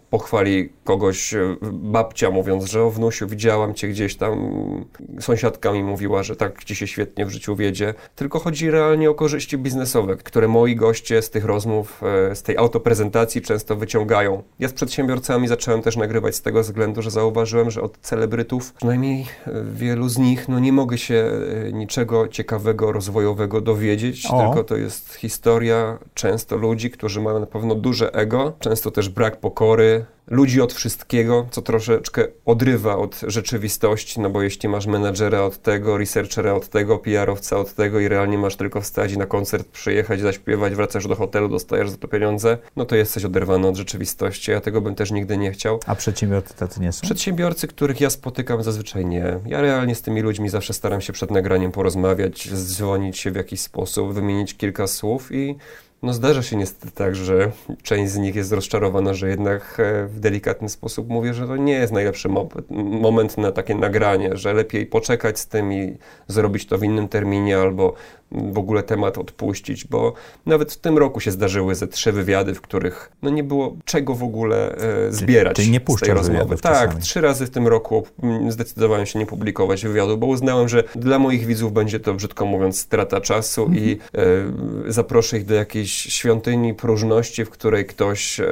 pochwali kogoś babcia, mówiąc, że o wnusiu, widziałam cię gdzieś tam, sąsiadka mi mówiła, że tak ci się świetnie w życiu wiedzie, tylko chodzi realnie o korzyści biznesowe, które moi goście z tych rozmów, z tej autoprezentacji często wyciągają. Ja z przedsiębiorcami zacząłem też nagrywać z tego względu, że zauważyłem, że od celebrytów, przynajmniej wielu z nich, no nie mogę się niczego ciekawego, rozwojowego dowiedzieć, tylko to jest historia często ludzi, którzy mają na pewno duże ego, często też brak pokory, ludzi od wszystkiego, co troszeczkę odrywa od rzeczywistości, no bo jeśli masz menadżera od tego, researchera od tego, PR-owca od tego i realnie masz tylko wstać i na koncert przyjechać, zaśpiewać, wracasz do hotelu, dostajesz za to pieniądze, no to jesteś oderwany od rzeczywistości. Ja tego bym też nigdy nie chciał. A przedsiębiorcy tacy nie są? Przedsiębiorcy, których ja spotykam, zazwyczaj nie. Ja realnie z tymi ludźmi zawsze staram się przed nagraniem porozmawiać, dzwonić się w jakiś sposób, wymienić kilka słów i no zdarza się niestety tak, że część z nich jest rozczarowana, że jednak w delikatny sposób mówię, że to nie jest najlepszy moment na takie nagranie, że lepiej poczekać z tym i zrobić to w innym terminie albo w ogóle temat odpuścić, bo nawet w tym roku się zdarzyły ze 3 wywiady, w których no nie było czego w ogóle zbierać Czyli nie z tej rozmowy. Tak, 3 razy w tym roku zdecydowałem się nie publikować wywiadu, bo uznałem, że dla moich widzów będzie to, brzydko mówiąc, strata czasu i zaproszę ich do jakiejś świątyni próżności, w której ktoś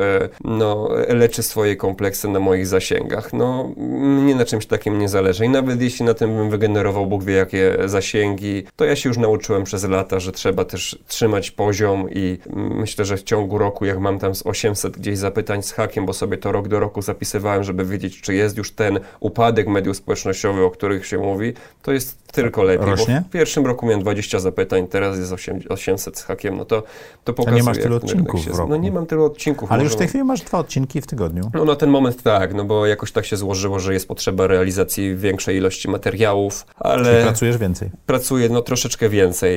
leczy swoje kompleksy na moich zasięgach. No, mnie na czymś takim nie zależy i nawet jeśli na tym bym wygenerował Bóg wie jakie zasięgi, to ja się już nauczyłem przez lata, że trzeba też trzymać poziom i myślę, że w ciągu roku, jak mam tam z 800 gdzieś zapytań z hakiem, bo sobie to rok do roku zapisywałem, żeby wiedzieć, czy jest już ten upadek mediów społecznościowych, o których się mówi, to jest tylko lepiej. Rośnie? Bo w pierwszym roku miałem 20 zapytań, teraz jest 800 z hakiem, no to pokazuje. A nie masz tylu odcinków w roku? No nie mam tylu odcinków. Ale już w tej chwili masz 2 odcinki w tygodniu. No na ten moment tak, no bo jakoś tak się złożyło, że jest potrzeba realizacji większej ilości materiałów, ale... Czyli pracujesz więcej? Pracuję troszeczkę więcej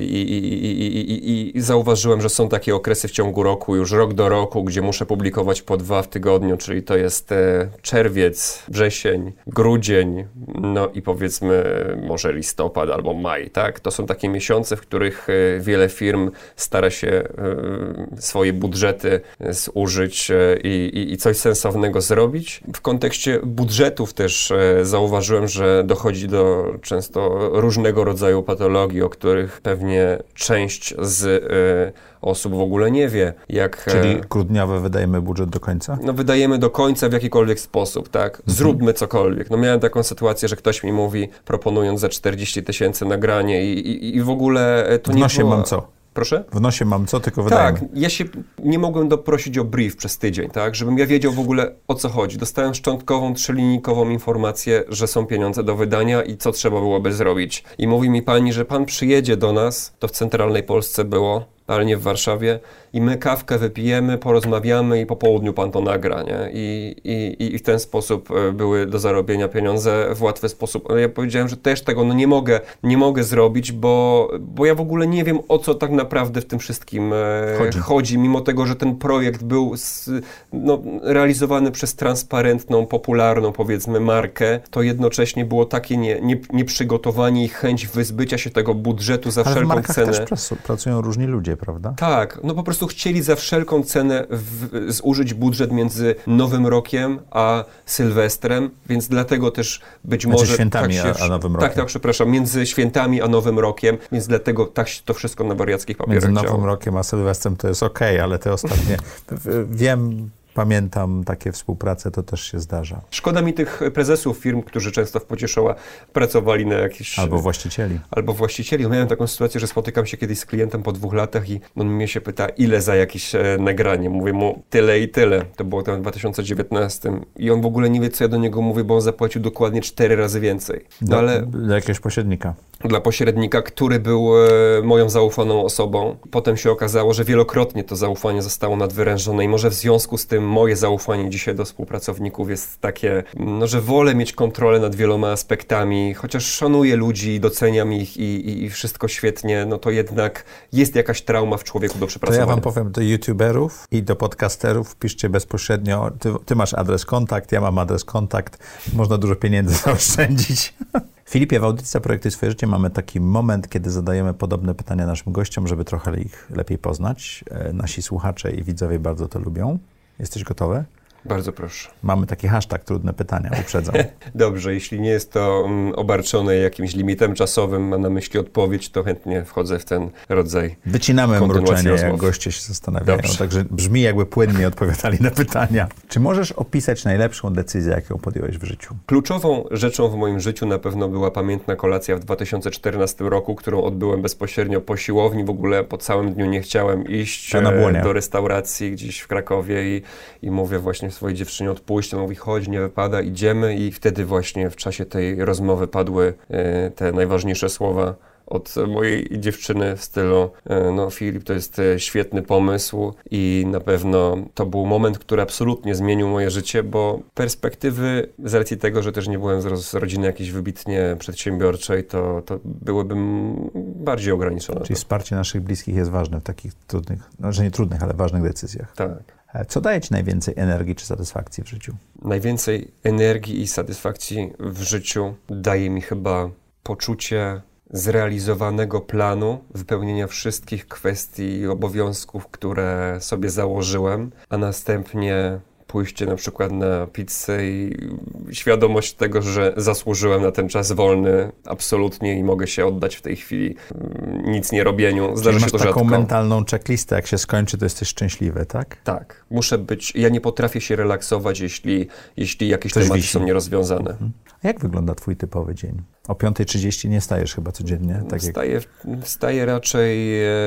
i zauważyłem, że są takie okresy w ciągu roku, już rok do roku, gdzie muszę publikować po 2 w tygodniu, czyli to jest czerwiec, wrzesień, grudzień, no i powiedzmy może listopad albo maj, tak? To są takie miesiące, w których wiele firm stara się swoje budżety zużyć i coś sensownego zrobić. W kontekście budżetów też zauważyłem, że dochodzi do często różnego rodzaju patologii, o których pewnie część z osób w ogóle nie wie. Czyli grudniowe wydajemy budżet do końca? No wydajemy do końca w jakikolwiek sposób, tak? Zróbmy cokolwiek. No miałem taką sytuację, że ktoś mi mówi, proponując za 40 000 nagranie i w ogóle to nie było... W nosie mam co? Proszę? W nosie mam co, tylko wydajemy. Tak, ja się nie mogłem doprosić o brief przez tydzień, tak, żebym ja wiedział w ogóle o co chodzi. Dostałem szczątkową, 3-linijkową informację, że są pieniądze do wydania i co trzeba byłoby zrobić. I mówi mi pani, że pan przyjedzie do nas, to w centralnej Polsce było, ale nie w Warszawie, i my kawkę wypijemy, porozmawiamy i po południu pan to nagra, nie? I w ten sposób były do zarobienia pieniądze w łatwy sposób. Ale ja powiedziałem, że też tego nie mogę zrobić, bo ja w ogóle nie wiem, o co tak naprawdę w tym wszystkim chodzi. Mimo tego, że ten projekt był realizowany przez transparentną, popularną, powiedzmy, markę, to jednocześnie było takie nieprzygotowanie i chęć wyzbycia się tego budżetu za wszelką cenę. Ale w markach też pracują różni ludzie, prawda? Tak, no po prostu chcieli za wszelką cenę zużyć budżet między Nowym Rokiem a Sylwestrem, więc dlatego też być może... świętami a Nowym Rokiem. Tak, przepraszam, między świętami a Nowym Rokiem, więc dlatego tak się to wszystko na wariackich papierach Między Nowym Rokiem a Sylwestrem to jest okej, ale te ostatnie... Pamiętam takie współprace, to też się zdarza. Szkoda mi tych prezesów firm, którzy często w Pocieszoła pracowali na jakieś... Albo właścicieli. Miałem taką sytuację, że spotykam się kiedyś z klientem po 2 latach i on mnie się pyta, ile za jakieś nagranie. Mówię mu, tyle i tyle. To było tam w 2019. I on w ogóle nie wie, co ja do niego mówię, bo on zapłacił dokładnie 4 razy więcej. Dla jakiegoś pośrednika. Dla pośrednika, który był moją zaufaną osobą. Potem się okazało, że wielokrotnie to zaufanie zostało nadwyrężone i może w związku z tym moje zaufanie dzisiaj do współpracowników jest takie, że wolę mieć kontrolę nad wieloma aspektami, chociaż szanuję ludzi, doceniam ich i wszystko świetnie, no to jednak jest jakaś trauma w człowieku do przepracowania. To ja wam powiem, do youtuberów i do podcasterów piszcie bezpośrednio, ty masz adres kontakt, ja mam adres kontakt, można dużo pieniędzy zaoszczędzić. Filipie, w audycji Zaprojektuj swoje życie mamy taki moment, kiedy zadajemy podobne pytania naszym gościom, żeby trochę ich lepiej poznać. Nasi słuchacze i widzowie bardzo to lubią. Jesteś gotowy? Bardzo proszę. Mamy taki hashtag trudne pytania, uprzedzam. Dobrze, jeśli nie jest to obarczone jakimś limitem czasowym, ma na myśli odpowiedź, to chętnie wchodzę w ten rodzaj Wycinamy mruczenie, rozmów. jak goście się zastanawiają. Dobrze. Także brzmi, jakby płynnie odpowiadali na pytania. Czy możesz opisać najlepszą decyzję, jaką podjąłeś w życiu? Kluczową rzeczą w moim życiu na pewno była pamiętna kolacja w 2014 roku, którą odbyłem bezpośrednio po siłowni. W ogóle po całym dniu nie chciałem iść do restauracji gdzieś w Krakowie i mówię właśnie swojej dziewczynie odpuść. Ona mówi, chodź, nie wypada, idziemy. I wtedy właśnie w czasie tej rozmowy padły te najważniejsze słowa od mojej dziewczyny w stylu, no Filip, to jest świetny pomysł i na pewno to był moment, który absolutnie zmienił moje życie, bo perspektywy z racji tego, że też nie byłem z rodziny jakiejś wybitnie przedsiębiorczej, to byłbym bardziej ograniczony. Czyli wsparcie naszych bliskich jest ważne w takich trudnych, że nie trudnych, ale ważnych decyzjach. Tak. Co daje ci najwięcej energii czy satysfakcji w życiu? Najwięcej energii i satysfakcji w życiu daje mi chyba poczucie zrealizowanego planu, wypełnienia wszystkich kwestii i obowiązków, które sobie założyłem, a następnie pójście na przykład na pizzę i świadomość tego, że zasłużyłem na ten czas wolny absolutnie i mogę się oddać w tej chwili nic nie robieniu. Zdarza się to rzadko. Taką mentalną checklistę, jak się skończy, to jesteś szczęśliwy, tak? Tak. Muszę być, ja nie potrafię się relaksować, jeśli jakieś tematy są nierozwiązane. A jak wygląda twój typowy dzień? O 5:30 nie stajesz chyba codziennie? Tak Wstaję raczej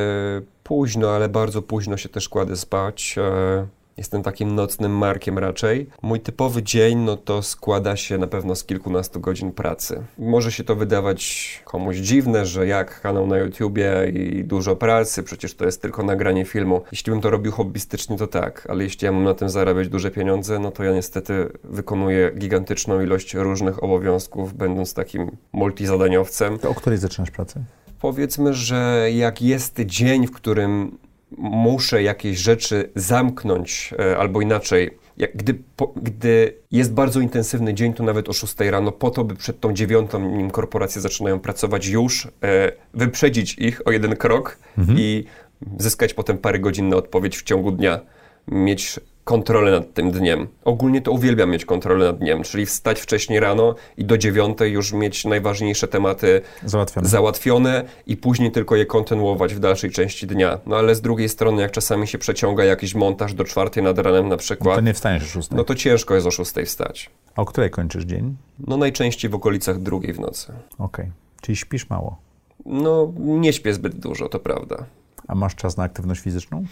późno, ale bardzo późno się też kładę spać. Jestem takim nocnym markiem raczej. Mój typowy dzień, no to składa się na pewno z kilkunastu godzin pracy. Może się to wydawać komuś dziwne, że jak kanał na YouTubie i dużo pracy, przecież to jest tylko nagranie filmu. Jeśli bym to robił hobbystycznie, to tak, ale jeśli ja mam na tym zarabiać duże pieniądze, no to ja niestety wykonuję gigantyczną ilość różnych obowiązków, będąc takim multizadaniowcem. To o której zaczynasz pracę? Powiedzmy, że jak jest dzień, w którym muszę jakieś rzeczy zamknąć, albo inaczej, gdy jest bardzo intensywny dzień, to nawet o 6 rano, po to, by przed tą 9, nim korporacje zaczynają pracować już, wyprzedzić ich o jeden krok i zyskać potem parę godzin na odpowiedź w ciągu dnia, mieć kontrolę nad tym dniem. Ogólnie to uwielbiam mieć kontrolę nad dniem, czyli wstać wcześniej rano i do 9 już mieć najważniejsze tematy załatwione i później tylko je kontynuować w dalszej części dnia. No ale z drugiej strony, jak czasami się przeciąga jakiś montaż do 4 nad ranem na przykład, no to nie wstaniesz o 6. No to ciężko jest o 6 wstać. A o której kończysz dzień? No najczęściej w okolicach 2 w nocy. Okej. Czyli śpisz mało? No nie śpię zbyt dużo, to prawda. A masz czas na aktywność fizyczną?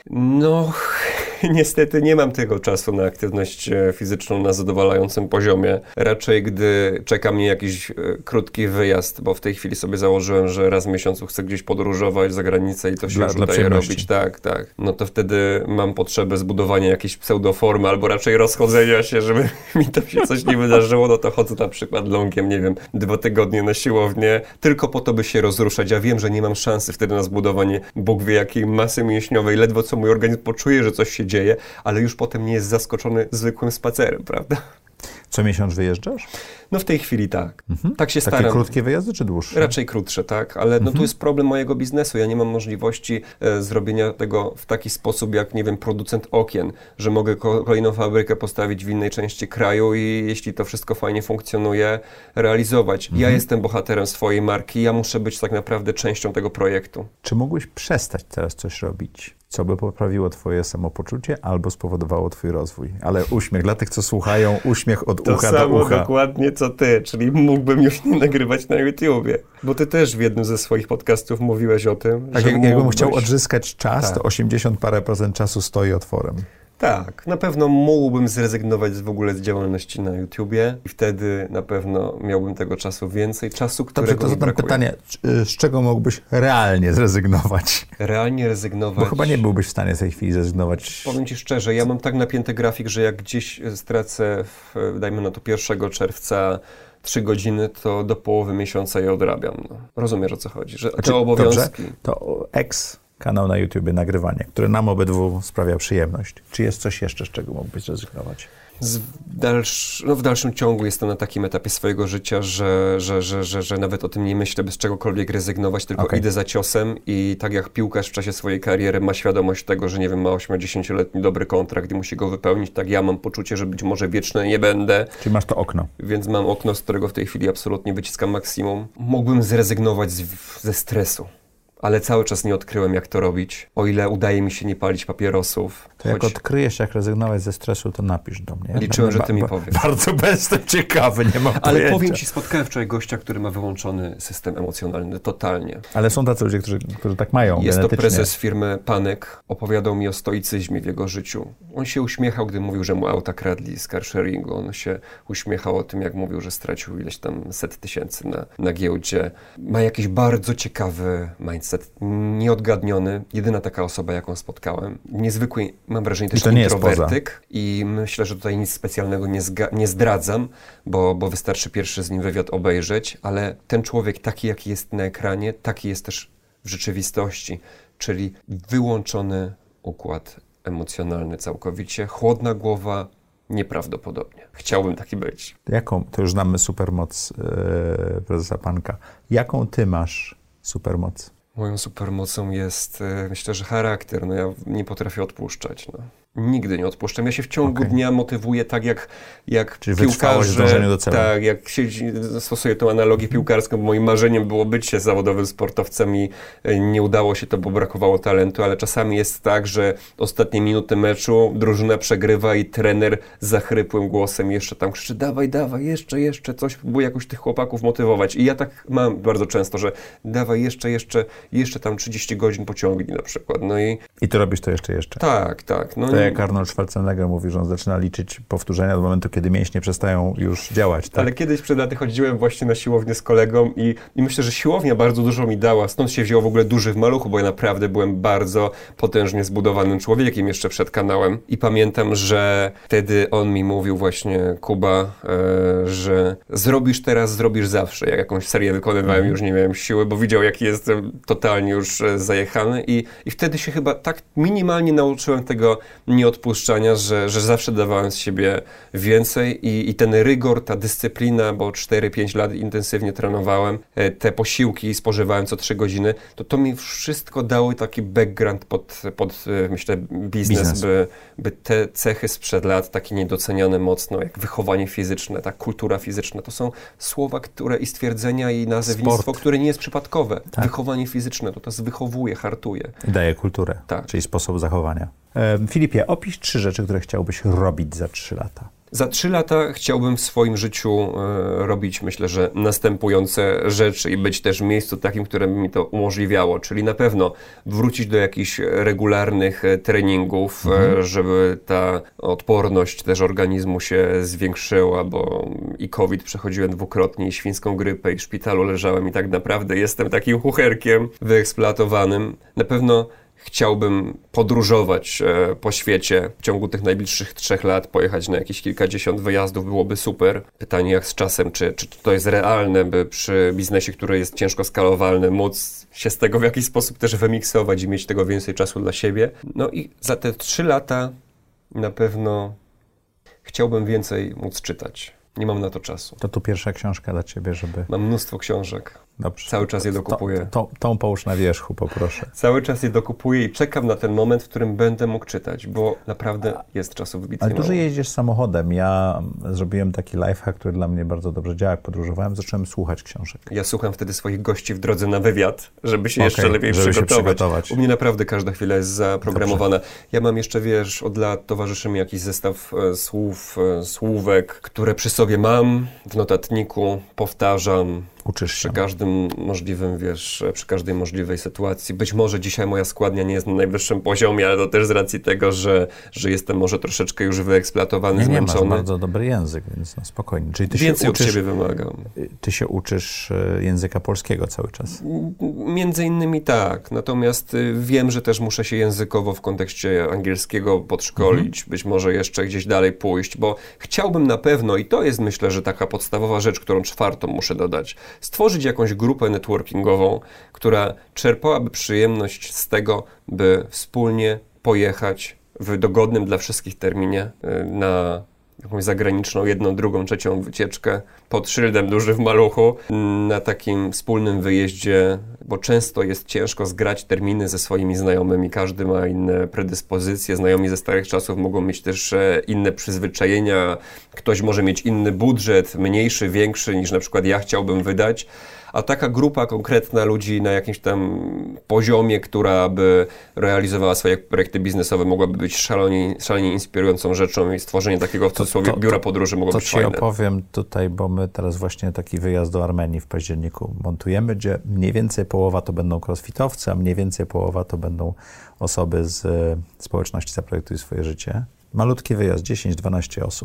No, niestety nie mam tego czasu na aktywność fizyczną na zadowalającym poziomie. Raczej gdy czeka mnie jakiś krótki wyjazd, bo w tej chwili sobie założyłem, że raz w miesiącu chcę gdzieś podróżować za granicę i to się już udaje robić. Tak. No to wtedy mam potrzebę zbudowania jakiejś pseudoformy albo raczej rozchodzenia się, żeby mi tam się coś nie wydarzyło. No to chodzę na przykład longiem, 2 tygodnie na siłownię, tylko po to, by się rozruszać. Ja wiem, że nie mam szansy wtedy na zbudowanie Bóg wie jakiej masy mięśniowej, ledwo co mój organizm poczuje, że coś się dzieje, ale już potem nie jest zaskoczony zwykłym spacerem, prawda? Co miesiąc wyjeżdżasz? No w tej chwili tak. Tak się staram. Takie krótkie wyjazdy czy dłuższe? Raczej krótsze, tak. Ale no tu jest problem mojego biznesu. Ja nie mam możliwości zrobienia tego w taki sposób, jak, nie wiem, producent okien, że mogę kolejną fabrykę postawić w innej części kraju i jeśli to wszystko fajnie funkcjonuje, realizować. Ja jestem bohaterem swojej marki, ja muszę być tak naprawdę częścią tego projektu. Czy mógłbyś przestać teraz coś robić, co by poprawiło twoje samopoczucie albo spowodowało twój rozwój? Ale uśmiech dla tych, co słuchają, uśmiech od ucha do ucha. Dokładnie co ty, czyli mógłbym już nie nagrywać na YouTubie. Bo ty też w jednym ze swoich podcastów mówiłeś o tym, tak, że jakbym chciał odzyskać czas, to 80 parę procent czasu stoi otworem. Tak, na pewno mógłbym zrezygnować w ogóle z działalności na YouTubie i wtedy na pewno miałbym tego czasu więcej, czasu, którego mi brakuje. Pytanie, z czego mógłbyś realnie zrezygnować? Realnie rezygnować? Bo chyba nie byłbyś w stanie w tej chwili zrezygnować. Powiem ci szczerze, ja mam tak napięty grafik, że jak gdzieś stracę, dajmy na to 1 czerwca 3 godziny, to do połowy miesiąca je odrabiam. No. Rozumiesz, o co chodzi? Że te obowiązki... Dobrze, to kanał na YouTubie, nagrywanie, które nam obydwu sprawia przyjemność. Czy jest coś jeszcze, z czego mógłbyś zrezygnować? W dalszym ciągu jestem na takim etapie swojego życia, że nawet o tym nie myślę, bez czegokolwiek rezygnować, tylko idę za ciosem i tak jak piłkarz w czasie swojej kariery ma świadomość tego, że nie wiem, ma 8-10-letni dobry kontrakt i musi go wypełnić, tak ja mam poczucie, że być może wieczny nie będę. Czyli masz to okno. Więc mam okno, z którego w tej chwili absolutnie wyciskam maksimum. Mógłbym zrezygnować ze stresu, ale cały czas nie odkryłem, jak to robić. O ile udaje mi się nie palić papierosów. To jak odkryjesz, jak rezygnować ze stresu, to napisz do mnie. Liczyłem, że ty mi powiesz. Bardzo jestem ciekawy, nie mam Ale pojęcia. powiem ci, spotkałem wczoraj gościa, który ma wyłączony system emocjonalny, totalnie. Ale są tacy ludzie, którzy tak mają Jest to genetycznie. prezes firmy Panyk. Opowiadał mi o stoicyzmie w jego życiu. On się uśmiechał, gdy mówił, że mu auta kradli z carsharingu. On się uśmiechał o tym, jak mówił, że stracił ileś tam 100 000 na giełdzie. Ma jakiś bardzo ciekawy mindset, nieodgadniony. Jedyna taka osoba, jaką spotkałem. Niezwykły, mam wrażenie, też introwertyk. I myślę, że tutaj nic specjalnego nie zdradzam, bo wystarczy pierwszy z nim wywiad obejrzeć, ale ten człowiek taki, jaki jest na ekranie, taki jest też w rzeczywistości, czyli wyłączony układ emocjonalny całkowicie, chłodna głowa, nieprawdopodobnie. Chciałbym taki być. Jaką, to już znamy supermoc prezesa Panka. Jaką ty masz supermoc? Moją supermocą jest, myślę, że charakter. No ja nie potrafię odpuszczać. No. Nigdy nie odpuszczam. Ja się w ciągu dnia motywuję tak jak czyli piłkarze. w dążeniu do celu. Tak, jak stosuję tą analogię piłkarską, bo moim marzeniem było bycie zawodowym sportowcem i nie udało się to, bo brakowało talentu, ale czasami jest tak, że ostatnie minuty meczu drużyna przegrywa i trener zachrypłym głosem jeszcze tam krzyczy: dawaj, jeszcze coś, próbuję jakoś tych chłopaków motywować. I ja tak mam bardzo często, że dawaj, jeszcze tam 30 godzin pociągnij na przykład. No i ty robisz to jeszcze. Tak. No to jak Arnold Schwarzenegger mówi, że on zaczyna liczyć powtórzenia do momentu, kiedy mięśnie przestają już działać. Tak? Ale kiedyś przed laty chodziłem właśnie na siłownię z kolegą i myślę, że siłownia bardzo dużo mi dała. Stąd się wzięło w ogóle duży w maluchu, bo ja naprawdę byłem bardzo potężnie zbudowanym człowiekiem jeszcze przed kanałem. I pamiętam, że wtedy on mi mówił właśnie, Kuba, że zrobisz teraz, zrobisz zawsze. Jak jakąś serię wykonywałem, już nie miałem siły, bo widział, jaki jestem totalnie już zajechany i wtedy się chyba tak minimalnie nauczyłem tego nieodpuszczania, że zawsze dawałem z siebie więcej i ten rygor, ta dyscyplina, bo 4-5 lat intensywnie trenowałem, te posiłki spożywałem co 3 godziny, to mi wszystko dało taki background pod myślę, biznes. By te cechy sprzed lat, takie niedoceniane mocno, jak wychowanie fizyczne, ta kultura fizyczna, to są słowa, które i stwierdzenia, i nazewnictwo, które nie jest przypadkowe. Tak. Wychowanie fizyczne, to wychowuje, hartuje. Daje kulturę, tak. Czyli sposób zachowania. Filipie, opisz 3 rzeczy, które chciałbyś robić za 3 lata. Za 3 lata chciałbym w swoim życiu robić, myślę, że następujące rzeczy i być też w miejscu takim, które by mi to umożliwiało. Czyli na pewno wrócić do jakichś regularnych treningów, żeby ta odporność też organizmu się zwiększyła, bo i COVID przechodziłem 2-krotnie, i świńską grypę, i w szpitalu leżałem i tak naprawdę jestem takim chucherkiem wyeksploatowanym. Na pewno chciałbym podróżować po świecie w ciągu tych najbliższych 3 lat, pojechać na jakieś kilkadziesiąt wyjazdów, byłoby super. Pytanie jak z czasem, czy to jest realne, by przy biznesie, który jest ciężko skalowalny, móc się z tego w jakiś sposób też wymiksować i mieć tego więcej czasu dla siebie. No i za te 3 lata na pewno chciałbym więcej móc czytać. Nie mam na to czasu. To tu pierwsza książka dla ciebie, żeby... Mam mnóstwo książek. Dobrze. Cały czas je dokupuję. Tą połóż na wierzchu, poproszę. Cały czas je dokupuję i czekam na ten moment, w którym będę mógł czytać, bo naprawdę jest czasu wybitnie Ale mało. dużo jeździsz samochodem. Ja zrobiłem taki lifehack, który dla mnie bardzo dobrze działa. Jak podróżowałem, zacząłem słuchać książek. Ja słucham wtedy swoich gości w drodze na wywiad, żeby się jeszcze lepiej przygotować. U mnie naprawdę każda chwila jest zaprogramowana. Dobrze. Ja mam jeszcze, od lat towarzyszy mi jakiś zestaw słówek, które przy sobie mam w notatniku, powtarzam. Uczysz się. Przy każdym możliwym, przy każdej możliwej sytuacji. Być może dzisiaj moja składnia nie jest na najwyższym poziomie, ale to też z racji tego, że jestem może troszeczkę już wyeksploatowany, zmęczony. Nie, masz bardzo dobry język, więc spokojnie. Czyli ty więcej się uczysz, od siebie wymagam. Ty się uczysz języka polskiego cały czas? Między innymi tak. Natomiast wiem, że też muszę się językowo w kontekście angielskiego podszkolić. Być może jeszcze gdzieś dalej pójść, bo chciałbym na pewno, i to jest myślę, że taka podstawowa rzecz, którą 4. muszę dodać, stworzyć jakąś grupę networkingową, która czerpałaby przyjemność z tego, by wspólnie pojechać w dogodnym dla wszystkich terminie na jakąś zagraniczną, jedną, drugą, trzecią wycieczkę pod szyldem duży w Maluchu na takim wspólnym wyjeździe, bo często jest ciężko zgrać terminy ze swoimi znajomymi. Każdy ma inne predyspozycje. Znajomi ze starych czasów mogą mieć też inne przyzwyczajenia. Ktoś może mieć inny budżet, mniejszy, większy niż na przykład ja chciałbym wydać. A taka grupa konkretna ludzi na jakimś tam poziomie, która by realizowała swoje projekty biznesowe, mogłaby być szalenie inspirującą rzeczą i stworzenie takiego w cudzysłowie biura podróży mogło być fajne. To ci opowiem tutaj, bo my teraz właśnie taki wyjazd do Armenii w październiku montujemy, gdzie mniej więcej połowa to będą crossfitowcy, a mniej więcej połowa to będą osoby z społeczności Zaprojektuj swoje życie. Malutki wyjazd, 10-12 osób.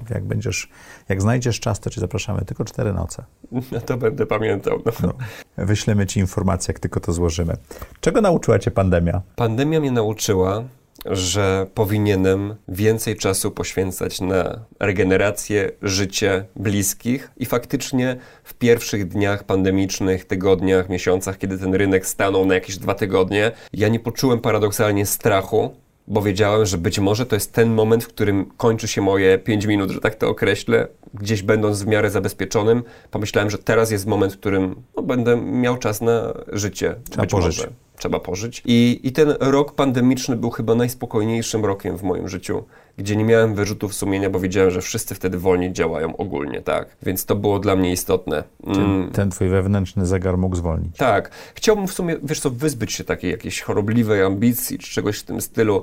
Jak znajdziesz czas, to cię zapraszamy, tylko 4 noce. No to będę pamiętał. No. Wyślemy ci informację, jak tylko to złożymy. Czego nauczyła cię pandemia? Pandemia mnie nauczyła, że powinienem więcej czasu poświęcać na regenerację, życie bliskich i faktycznie w pierwszych dniach pandemicznych, tygodniach, miesiącach, kiedy ten rynek stanął na jakieś 2 tygodnie, ja nie poczułem paradoksalnie strachu, bo wiedziałem, że być może to jest ten moment, w którym kończy się moje 5 minut, że tak to określę, gdzieś będąc w miarę zabezpieczonym. Pomyślałem, że teraz jest moment, w którym będę miał czas na życie. Trzeba pożyć. I ten rok pandemiczny był chyba najspokojniejszym rokiem w moim życiu, gdzie nie miałem wyrzutów sumienia, bo wiedziałem, że wszyscy wtedy wolniej działają ogólnie, tak? Więc to było dla mnie istotne. Ten twój wewnętrzny zegar mógł zwolnić. Tak. Chciałbym w sumie, wyzbyć się takiej jakiejś chorobliwej ambicji, czy czegoś w tym stylu.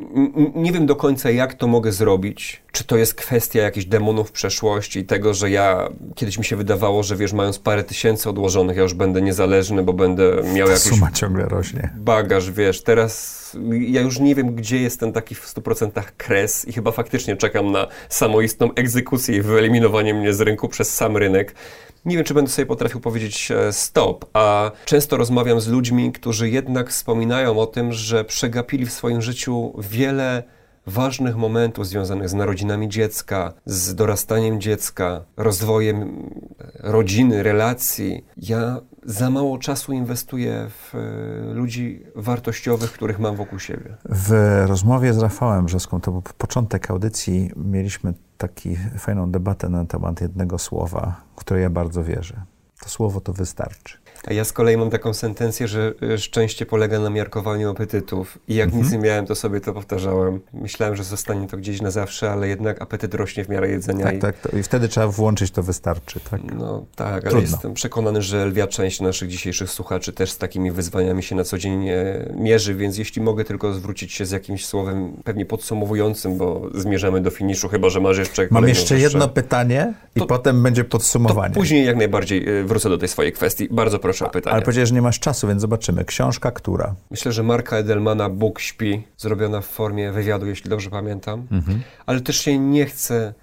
Nie wiem do końca, jak to mogę zrobić. Czy to jest kwestia jakichś demonów przeszłości i tego, że kiedyś mi się wydawało, że mając parę tysięcy odłożonych, ja już będę niezależny, bo będę miał jakiś suma ciągle rośnie. Bagaż, teraz ja już nie wiem, gdzie jest ten taki w 100% kres i chyba faktycznie czekam na samoistną egzekucję i wyeliminowanie mnie z rynku przez sam rynek. Nie wiem, czy będę sobie potrafił powiedzieć stop, a często rozmawiam z ludźmi, którzy jednak wspominają o tym, że przegapili w swoim życiu wiele ważnych momentów związanych z narodzinami dziecka, z dorastaniem dziecka, rozwojem rodziny, relacji. Ja za mało czasu inwestuję w ludzi wartościowych, których mam wokół siebie. W rozmowie z Rafałem Brzoską, to był początek audycji, mieliśmy taką fajną debatę na temat jednego słowa, w które ja bardzo wierzę. To słowo to wystarczy. A ja z kolei mam taką sentencję, że szczęście polega na miarkowaniu apetytów. I jak nic nie miałem, to sobie to powtarzałem. Myślałem, że zostanie to gdzieś na zawsze, ale jednak apetyt rośnie w miarę jedzenia. Tak. I wtedy trzeba włączyć to wystarczy, tak? No tak, ale Trudno. jestem przekonany, że lwia część naszych dzisiejszych słuchaczy też z takimi wyzwaniami się na co dzień mierzy, więc jeśli mogę tylko zwrócić się z jakimś słowem pewnie podsumowującym, bo zmierzamy do finiszu, chyba że masz jeszcze... Mam jeszcze jedno pytanie i potem będzie podsumowanie. To później jak najbardziej wrócę do tej swojej kwestii. Bardzo proszę o pytanie. Ale powiedziałeś, że nie masz czasu, więc zobaczymy. Książka która? Myślę, że Marka Edelmana Bóg śpi, zrobiona w formie wywiadu, jeśli dobrze pamiętam. Ale też się nie chcę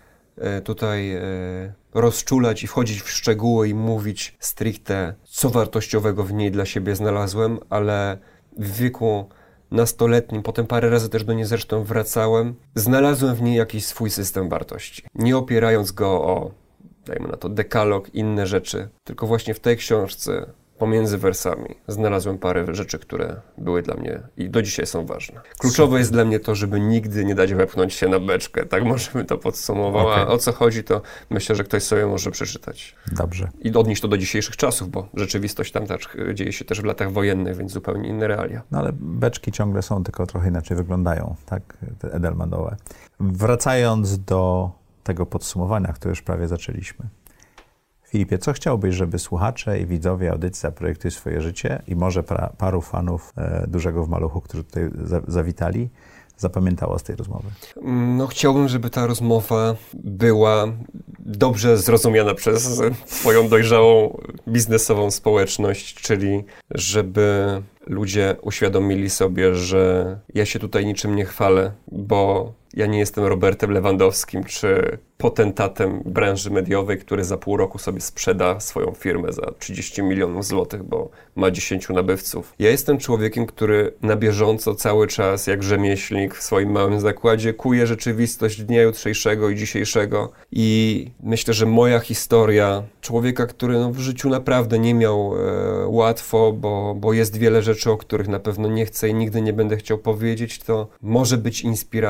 tutaj rozczulać i wchodzić w szczegóły i mówić stricte, co wartościowego w niej dla siebie znalazłem, ale w wieku nastoletnim, potem parę razy też do niej zresztą wracałem, znalazłem w niej jakiś swój system wartości. Nie opierając go o, dajmy na to, dekalog, inne rzeczy, tylko właśnie w tej książce pomiędzy wersami znalazłem parę rzeczy, które były dla mnie i do dzisiaj są ważne. Kluczowe jest dla mnie to, żeby nigdy nie dać wepchnąć się na beczkę. Tak możemy to podsumować. Okay. A o co chodzi, to myślę, że ktoś sobie może przeczytać. Dobrze. I odnieść to do dzisiejszych czasów, bo rzeczywistość tam dzieje się też w latach wojennych, więc zupełnie inne realia. No ale beczki ciągle są, tylko trochę inaczej wyglądają, tak? Te Edelmanowe. Wracając do tego podsumowania, które już prawie zaczęliśmy. Filipie, co chciałbyś, żeby słuchacze i widzowie audycji Zaprojektuj swoje życie i może paru fanów Dużego w Maluchu, którzy tutaj zawitali, zapamiętało z tej rozmowy? No chciałbym, żeby ta rozmowa była dobrze zrozumiana przez swoją dojrzałą biznesową społeczność, czyli żeby ludzie uświadomili sobie, że ja się tutaj niczym nie chwalę, bo ja nie jestem Robertem Lewandowskim czy potentatem branży mediowej, który za pół roku sobie sprzeda swoją firmę za 30 milionów złotych, bo ma 10 nabywców. Ja jestem człowiekiem, który na bieżąco cały czas, jak rzemieślnik w swoim małym zakładzie, kuje rzeczywistość dnia jutrzejszego i dzisiejszego. I myślę, że moja historia człowieka, który w życiu naprawdę nie miał łatwo, bo jest wiele rzeczy, o których na pewno nie chcę i nigdy nie będę chciał powiedzieć, to może być inspiracją też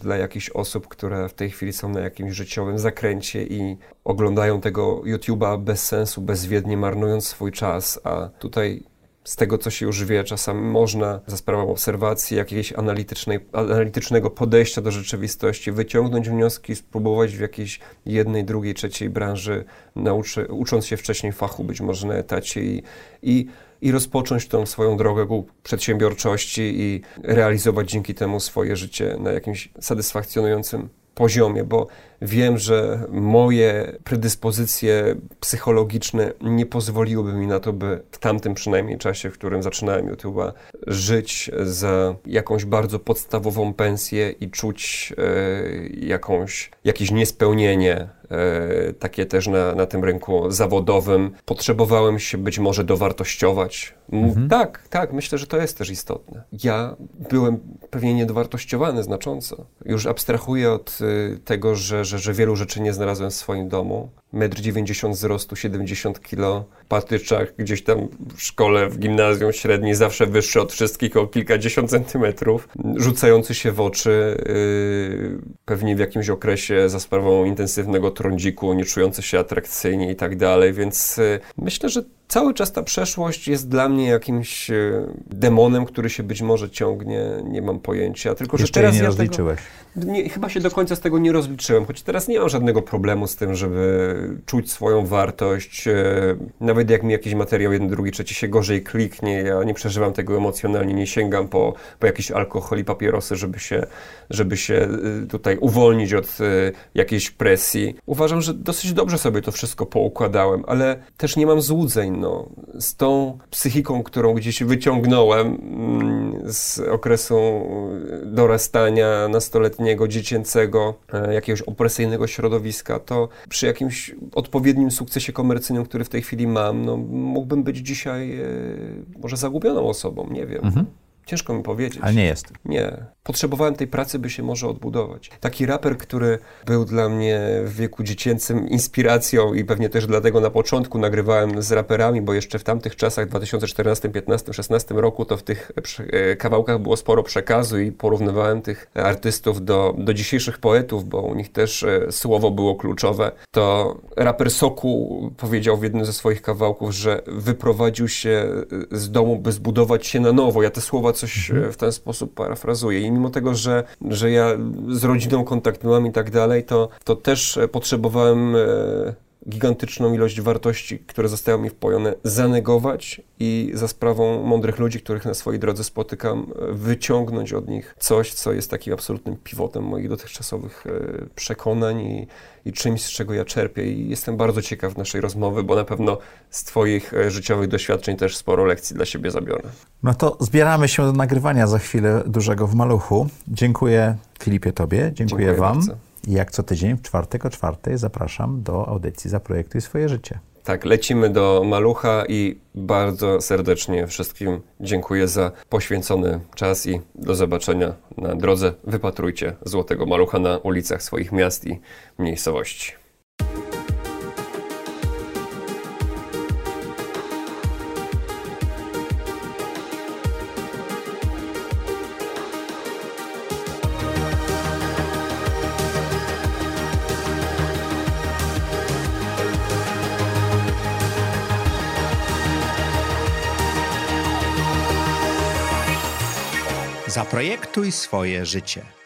dla jakichś osób, które w tej chwili są na jakimś życiowym zakręcie i oglądają tego YouTube'a bez sensu, bezwiednie, marnując swój czas, a tutaj z tego, co się już wie, czasami można za sprawą obserwacji, jakiegoś analitycznego podejścia do rzeczywistości wyciągnąć wnioski, spróbować w jakiejś jednej, drugiej, trzeciej branży, ucząc się wcześniej fachu, być może na etacie i rozpocząć tą swoją drogę ku przedsiębiorczości i realizować dzięki temu swoje życie na jakimś satysfakcjonującym poziomie, bo wiem, że moje predyspozycje psychologiczne nie pozwoliłyby mi na to, by w tamtym przynajmniej czasie, w którym zaczynałem YouTube'a, żyć za jakąś bardzo podstawową pensję i czuć jakieś niespełnienie, takie też na tym rynku zawodowym. Potrzebowałem się być może dowartościować. Tak, myślę, że to jest też istotne. Ja byłem pewnie niedowartościowany znacząco. Już abstrahuję od tego, że wielu rzeczy nie znalazłem w swoim domu. 1,90 m wzrostu, 70 kg, patyczak gdzieś tam w szkole, w gimnazjum średniej, zawsze wyższy od wszystkich o kilkadziesiąt centymetrów, rzucający się w oczy, pewnie w jakimś okresie za sprawą intensywnego trądziku, nie czujący się atrakcyjnie i tak dalej, więc myślę, że cały czas ta przeszłość jest dla mnie jakimś demonem, który się być może ciągnie, nie mam pojęcia. Tylko jeszcze że teraz nie rozliczyłeś. Chyba się do końca z tego nie rozliczyłem, choć teraz nie mam żadnego problemu z tym, żeby czuć swoją wartość. Nawet jak mi jakiś materiał, jeden, drugi, trzeci się gorzej kliknie, ja nie przeżywam tego emocjonalnie, nie sięgam po jakiś alkohol i papierosy, żeby się tutaj uwolnić od jakiejś presji. Uważam, że dosyć dobrze sobie to wszystko poukładałem, ale też nie mam złudzeń. Z tą psychiką, którą gdzieś wyciągnąłem z okresu dorastania nastoletniego, dziecięcego, jakiegoś opresyjnego środowiska, to przy jakimś odpowiednim sukcesie komercyjnym, który w tej chwili mam, mógłbym być dzisiaj może zagubioną osobą, nie wiem. Ciężko mi powiedzieć. Ale nie jest. Nie. Potrzebowałem tej pracy, by się może odbudować. Taki raper, który był dla mnie w wieku dziecięcym inspiracją i pewnie też dlatego na początku nagrywałem z raperami, bo jeszcze w tamtych czasach, w 2014, 15, 16 roku, to w tych kawałkach było sporo przekazu i porównywałem tych artystów do dzisiejszych poetów, bo u nich też słowo było kluczowe. To raper Soku powiedział w jednym ze swoich kawałków, że wyprowadził się z domu, by zbudować się na nowo. Ja te słowa coś w ten sposób parafrazuję. I mimo tego, że ja z rodziną kontakt miałem i tak dalej, to też potrzebowałem gigantyczną ilość wartości, które zostały mi wpojone, zanegować i za sprawą mądrych ludzi, których na swojej drodze spotykam, wyciągnąć od nich coś, co jest takim absolutnym pivotem moich dotychczasowych przekonań i czymś, z czego ja czerpię. I jestem bardzo ciekaw naszej rozmowy, bo na pewno z twoich życiowych doświadczeń też sporo lekcji dla siebie zabiorę. No to zbieramy się do nagrywania za chwilę dużego w Maluchu. Dziękuję Filipie tobie, dziękuję wam. Bardzo. I jak co tydzień w czwartek o 4:00 zapraszam do audycji Zaprojektuj swoje życie. Tak, lecimy do Malucha i bardzo serdecznie wszystkim dziękuję za poświęcony czas i do zobaczenia na drodze. Wypatrujcie złotego malucha na ulicach swoich miast i miejscowości. Zaprojektuj swoje życie.